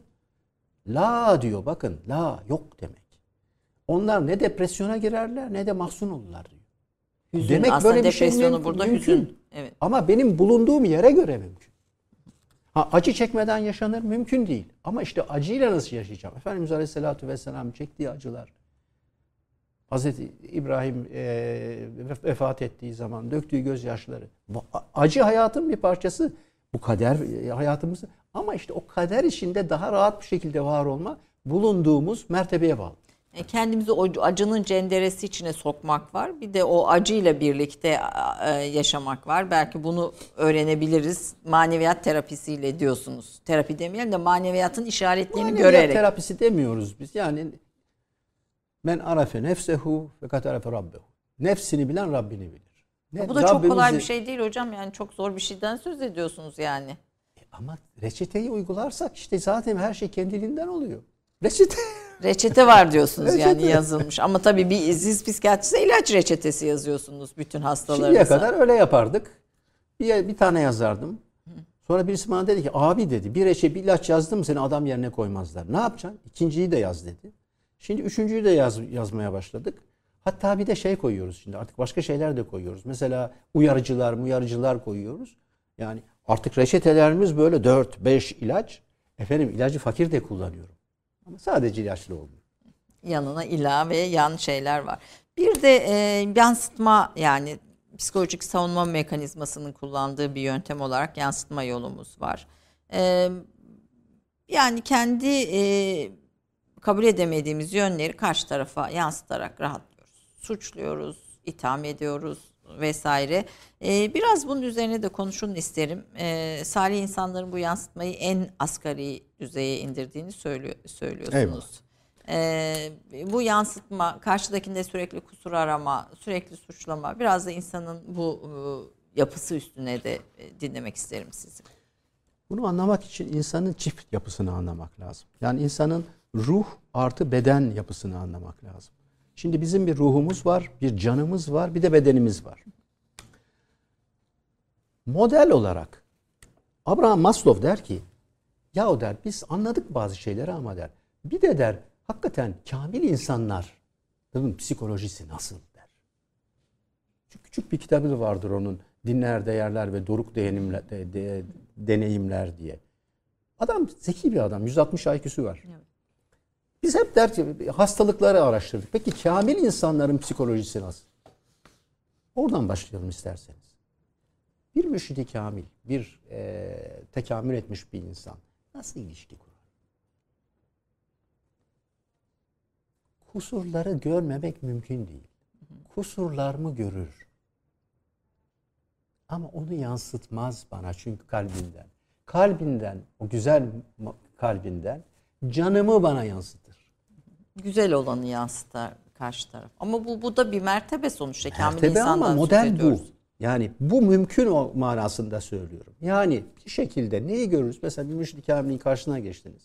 S2: La diyor bakın. La yok demek. Onlar ne depresyona girerler ne de mahzun olurlar diyor.
S1: Hüzün,
S2: demek
S1: aslında
S2: böyle bir şey
S1: depresyonu burada
S2: mümkün.
S1: hüzün. Evet.
S2: Ama benim bulunduğum yere göre mümkün. Acı çekmeden yaşanır mümkün değil. Ama işte acıyla nasıl yaşayacağım? Efendimiz Aleyhisselatü Vesselam çektiği acılar. Hazreti İbrahim vefat ettiği zaman döktüğü gözyaşları. Acı hayatın bir parçası. Bu kader hayatımız. Ama işte o kader içinde daha rahat bir şekilde var olma bulunduğumuz mertebeye bağlı.
S1: Kendimizi o acının cenderesi içine sokmak var. Bir de o acıyla birlikte yaşamak var. Belki bunu öğrenebiliriz. Maneviyat terapisiyle diyorsunuz. Terapi demeyelim de maneviyatın işaretlerini görerek.
S2: Maneviyat terapisi demiyoruz biz. Yani men arafe nefsehu ve kat arafe rabbehu. Nefsini bilen Rabbini bilir.
S1: Bu da çok kolay bir şey değil hocam. Yani çok zor bir şeyden söz ediyorsunuz yani.
S2: Ama reçeteyi uygularsak işte zaten her şey kendiliğinden oluyor.
S1: Reçete var diyorsunuz
S2: Reçete.
S1: yani yazılmış. Ama tabii siz psikiyatriste ilaç reçetesi yazıyorsunuz bütün hastalarınıza.
S2: Şimdiye kadar öyle yapardık. Bir tane yazardım. Sonra birisi bana dedi ki abi dedi bir ilaç yazdım seni adam yerine koymazlar. Ne yapacaksın? İkinciyi de yaz dedi. Şimdi üçüncüyü de yazmaya başladık. Hatta bir de şey koyuyoruz şimdi artık başka şeyler de koyuyoruz. Mesela uyarıcılar koyuyoruz. Yani artık reçetelerimiz böyle 4-5 ilaç. Efendim ilacı fakir de kullanıyorum. Ama sadece ilaçlı olmuyor.
S1: Yanına ilave yan şeyler var. Bir de yansıtma yani psikolojik savunma mekanizmasının kullandığı bir yöntem olarak yansıtma yolumuz var. Yani kendi kabul edemediğimiz yönleri karşı tarafa yansıtarak rahatlıyoruz. Suçluyoruz, itham ediyoruz vesaire. Biraz bunun üzerine de konuşun isterim. Salih insanların bu yansıtmayı en asgari düzeye indirdiğini söylüyorsunuz. Bu yansıtma, karşıdakinde sürekli kusur arama, sürekli suçlama, biraz da insanın bu yapısı üstüne de dinlemek isterim sizi.
S2: Bunu anlamak için insanın çift yapısını anlamak lazım. Yani insanın ruh artı beden yapısını anlamak lazım. Şimdi bizim bir ruhumuz var, bir canımız var, bir de bedenimiz var. Model olarak Abraham Maslow der ki, yahu der biz anladık bazı şeyleri ama der, bir de der hakikaten kamil insanların psikolojisi nasıl der. Küçük bir kitabı vardır onun, Dinler, Değerler ve Doruk Deneyimler diye. Adam zeki bir adam, 160 IQ'su var. Evet. Biz hep der ki hastalıkları araştırdık. Peki kamil insanların psikolojisi nasıl? Oradan başlayalım isterseniz. Bir mürşidi kamil, bir tekamül etmiş bir insan nasıl ilişki kurar? Kusurları görmemek mümkün değil. Kusurlar mı görür? Ama onu yansıtmaz bana çünkü kalbinden. Kalbinden, o güzel kalbinden canımı bana yansıtır.
S1: Güzel olanı yansıtar karşı taraf. Ama bu da bir mertebe sonuçta. Kamil
S2: Mertebe
S1: insandan
S2: ama model bu.
S1: ediyoruz.
S2: Yani bu mümkün o manasında söylüyorum. Yani bir şekilde neyi görürüz? Mesela bir mürşid-i kamilin karşısına geçtiniz.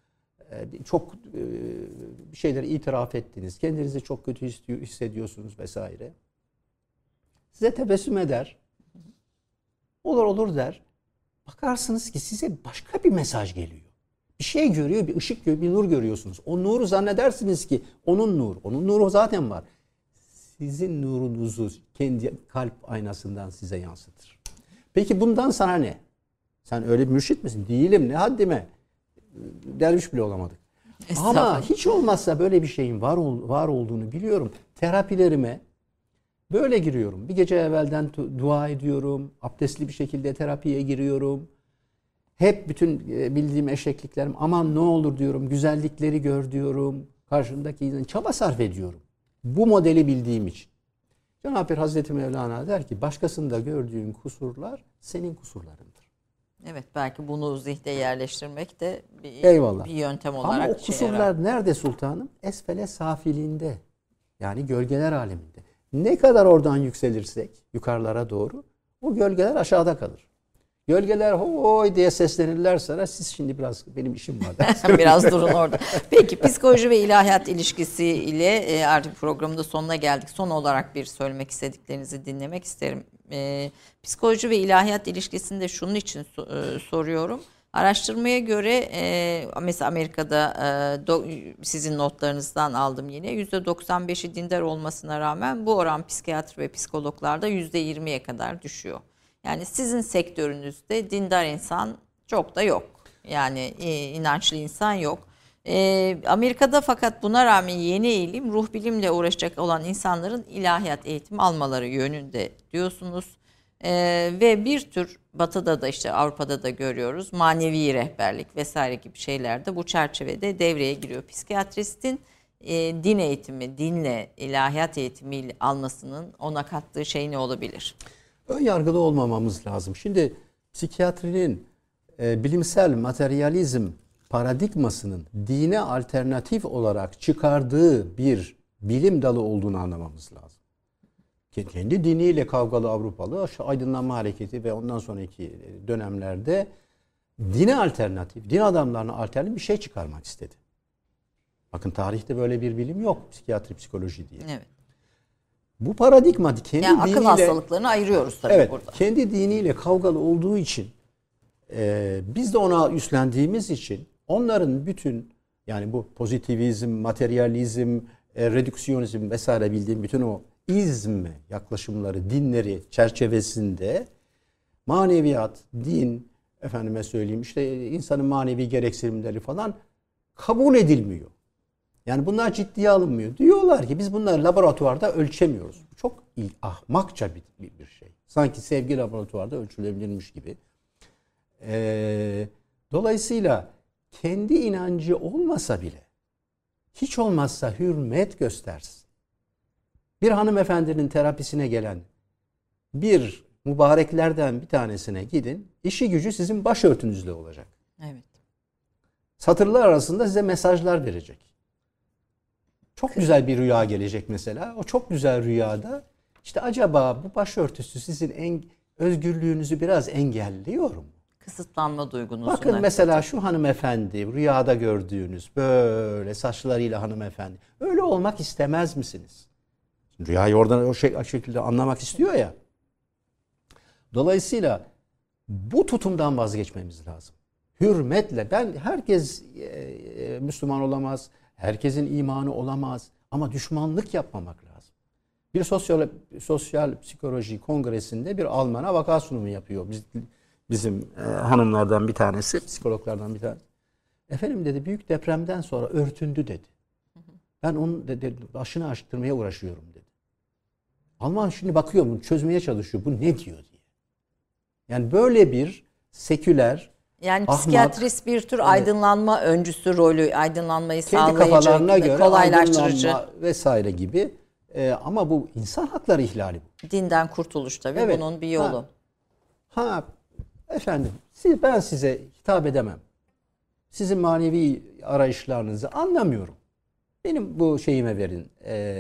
S2: Çok bir şeyleri itiraf ettiniz. Kendinizi çok kötü hissediyorsunuz vesaire. Size tebessüm eder. Olur der. Bakarsınız ki size başka bir mesaj geliyor. Bir şey görüyor, bir ışık görüyor, bir nur görüyorsunuz. O nuru zannedersiniz ki onun nuru. Onun nuru zaten var. Sizin nurunuzu kendi kalp aynasından size yansıtır. Peki bundan sana ne? Sen öyle bir mürşit misin? Değilim. Ne haddime? Derviş bile olamadık. Ama hiç olmazsa böyle bir şeyin var olduğunu biliyorum. Terapilerime böyle giriyorum. Bir gece evvelden dua ediyorum. Abdestli bir şekilde terapiye giriyorum. Hep bütün bildiğim eşekliklerim aman ne olur diyorum. Güzellikleri gör diyorum. Karşımdaki insan çaba sarf ediyorum. Bu modeli bildiğim için. Cenab-ı Hak Hazreti Mevlana der ki başkasında gördüğün kusurlar senin kusurlarındır.
S1: Evet, belki bunu zihne yerleştirmek de bir yöntem olarak.
S2: Ama o kusurlar nerede sultanım? Esfele safiliğinde. Yani gölgeler aleminde. Ne kadar oradan yükselirsek yukarılara doğru o gölgeler aşağıda kalır. Gölgeler hoy diye seslenirler sana. Siz şimdi biraz benim işim var.
S1: Biraz durun orada. Peki psikoloji ve ilahiyat ilişkisiyle artık programın da sonuna geldik. Son olarak bir söylemek istediklerinizi dinlemek isterim. Psikoloji ve ilahiyat ilişkisini de şunun için soruyorum. Araştırmaya göre mesela Amerika'da sizin notlarınızdan aldım yine %95'i dindar olmasına rağmen bu oran psikiyatr ve psikologlarda %20'ye kadar düşüyor. Yani sizin sektörünüzde dindar insan çok da yok. Yani inançlı insan yok. Amerika'da fakat buna rağmen yeni eğilim ruh bilimle uğraşacak olan insanların ilahiyat eğitimi almaları yönünde diyorsunuz. Ve bir tür Batı'da da işte Avrupa'da da görüyoruz manevi rehberlik vesaire gibi şeyler de bu çerçevede devreye giriyor. Psikiyatristin din eğitimi, dinle ilahiyat eğitimi almasının ona kattığı şey ne olabilir?
S2: Ön yargılı olmamamız lazım. Şimdi psikiyatrinin bilimsel materyalizm paradigmasının dine alternatif olarak çıkardığı bir bilim dalı olduğunu anlamamız lazım. Kendi diniyle kavgalı Avrupalı aydınlanma hareketi ve ondan sonraki dönemlerde dine alternatif, din adamlarına alternatif bir şey çıkarmak istedi. Bakın tarihte böyle bir bilim yok, psikiyatri, psikoloji diye.
S1: Evet.
S2: Bu paradigma kendi
S1: yani
S2: diniyle...
S1: akıl hastalıklarını ayırıyoruz tabii
S2: evet,
S1: burada.
S2: Kendi diniyle kavgalı olduğu için biz de ona üstlendiğimiz için onların bütün yani bu pozitivizm, materyalizm, redüksiyonizm vesaire bildiğim bütün o izm yaklaşımları, dinleri çerçevesinde maneviyat, din, efendime söyleyeyim işte insanın manevi gereksinimleri falan kabul edilmiyor. Yani bunlar ciddiye alınmıyor. Diyorlar ki biz bunları laboratuvarda ölçemiyoruz. Çok ahmakça bir şey. Sanki sevgi laboratuvarda ölçülebilirmiş gibi. Dolayısıyla kendi inancı olmasa bile hiç olmazsa hürmet göstersin. Bir hanımefendinin terapisine gelen bir mübareklerden bir tanesine gidin. İşi gücü sizin başörtünüzle olacak.
S1: Evet.
S2: Satırlar arasında size mesajlar verecek. Çok güzel bir rüya gelecek mesela. O çok güzel rüyada işte acaba bu başörtüsü sizin özgürlüğünüzü biraz engelliyor mu?
S1: Kısıtlanma duygunuzu.
S2: Bakın mesela şu hanımefendi, rüyada gördüğünüz böyle saçlarıyla hanımefendi. Öyle olmak istemez misiniz? Rüyayı oradan o şekilde anlamak istiyor ya. Dolayısıyla bu tutumdan vazgeçmemiz lazım. Hürmetle, herkes Müslüman olamaz, herkesin imanı olamaz ama düşmanlık yapmamak lazım. Bir sosyal psikoloji kongresinde bir Alman'a vaka sunumu yapıyor. Bizim hanımlardan bir tanesi, psikologlardan bir tanesi. Efendim dedi, büyük depremden sonra örtündü dedi. Ben onun dedi, başını açtırmaya uğraşıyorum dedi. Alman şimdi bakıyor, bunu çözmeye çalışıyor. Bu ne diyor diye. Yani böyle bir seküler,
S1: yani
S2: ahmak,
S1: psikiyatrist bir tür aydınlanma öncüsü rolü, aydınlanmayı
S2: kendi
S1: sağlayıcı,
S2: kafalarına göre
S1: kolaylaştırıcı.
S2: Vesaire gibi. Ama bu insan hakları ihlali bu.
S1: Dinden kurtuluş tabii,
S2: Evet.
S1: bunun bir yolu.
S2: Efendim ben size hitap edemem. Sizin manevi arayışlarınızı anlamıyorum. Benim bu şeyime verin.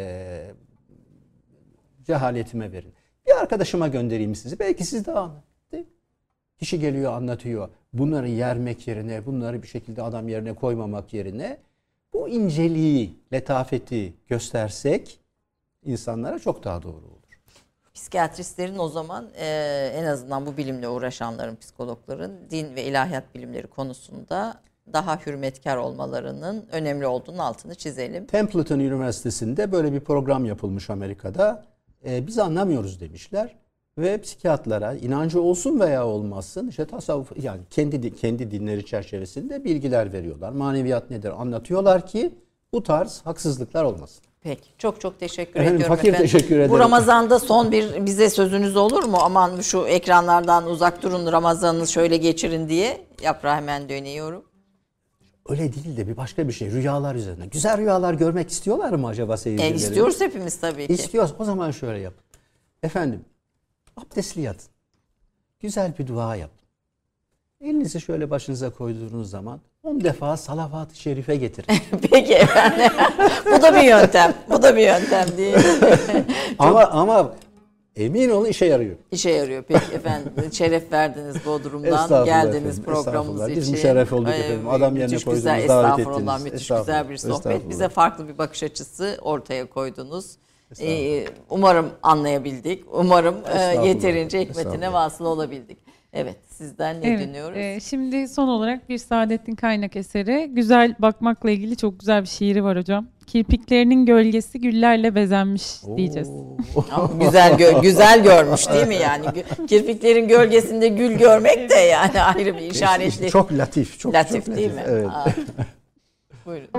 S2: Cehaletime verin. Bir arkadaşıma göndereyim sizi. Belki siz de anlayın. Kişi geliyor anlatıyor. Bunları yermek yerine, bunları bir şekilde adam yerine koymamak yerine bu inceliği, letafeti göstersek insanlara çok daha doğru olur.
S1: Psikiyatristlerin o zaman en azından bu bilimle uğraşanların, psikologların din ve ilahiyat bilimleri konusunda daha hürmetkar olmalarının önemli olduğunu altını çizelim.
S2: Templeton Üniversitesi'nde böyle bir program yapılmış Amerika'da. Biz anlamıyoruz demişler ve psikiyatrlara inancı olsun veya olmasın işte tasavvuf, yani kendi dinleri çerçevesinde bilgiler veriyorlar. Maneviyat nedir anlatıyorlar ki bu tarz haksızlıklar olmasın.
S1: Peki. Çok teşekkür
S2: Efendim,
S1: ediyorum
S2: fakir
S1: efendim.
S2: teşekkür ederim.
S1: Bu Ramazan'da son bir bize sözünüz olur mu? Aman şu ekranlardan uzak durun, Ramazan'ınızı şöyle geçirin diye. Yaprağa hemen dönüyorum.
S2: Öyle değil de bir başka bir şey. Rüyalar üzerine. Güzel rüyalar görmek istiyorlar mı acaba seyircilerimiz?
S1: İstiyoruz hepimiz tabii ki.
S2: İstiyoruz. O zaman şöyle yapın. Efendim, abdestli yatın. Güzel bir dua yapın. Elinizi şöyle başınıza koyduğunuz zaman 10 defa salavat-ı şerife getirin.
S1: Peki efendim. Bu da bir yöntem. Bu da bir yöntem değil.
S2: ama emin olun işe yarıyor.
S1: İşe yarıyor. Peki efendim. Şeref verdiniz Bodrum'dan.
S2: Estağfurullah
S1: Geldiniz
S2: efendim,
S1: programımız
S2: estağfurullah.
S1: için.
S2: Biz müşerref olduk efendim. Adam yerine
S1: Müthiş
S2: koydunuz,
S1: güzel,
S2: davet
S1: estağfurullah,
S2: ettiniz.
S1: müthiş
S2: Estağfurullah,
S1: güzel bir sohbet.
S2: estağfurullah.
S1: Bize farklı bir bakış açısı ortaya koydunuz. Umarım anlayabildik. Umarım yeterince hikmetine
S2: Estağfurullah.
S1: vasıl olabildik. Evet, sizden ne dinliyoruz?
S3: Şimdi son olarak bir Saadettin Kaynak eseri. Güzel bakmakla ilgili çok güzel bir şiiri var hocam. Kirpiklerinin gölgesi güllerle bezenmiş diyeceğiz.
S1: Ama güzel görmüş değil mi yani? Kirpiklerin gölgesinde gül görmek de yani ayrı bir işaretli.
S2: Çok latif. Çok
S1: Latif
S2: çok
S1: değil mi?
S2: Evet.
S1: Buyurun.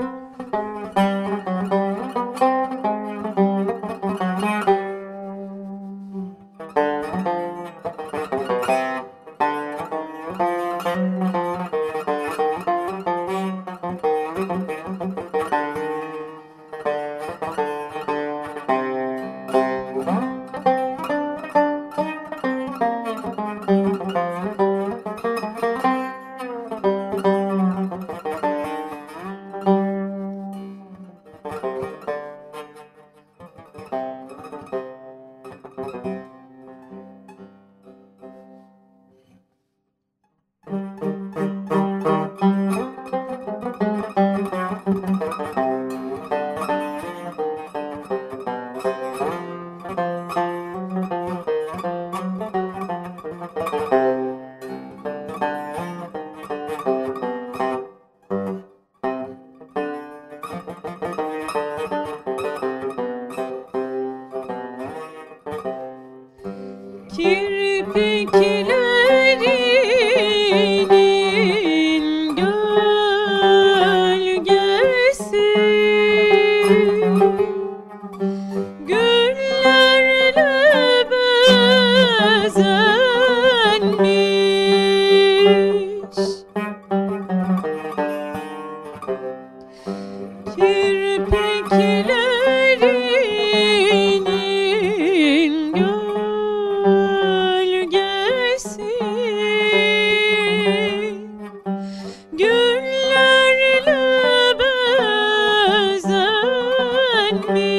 S3: Müzik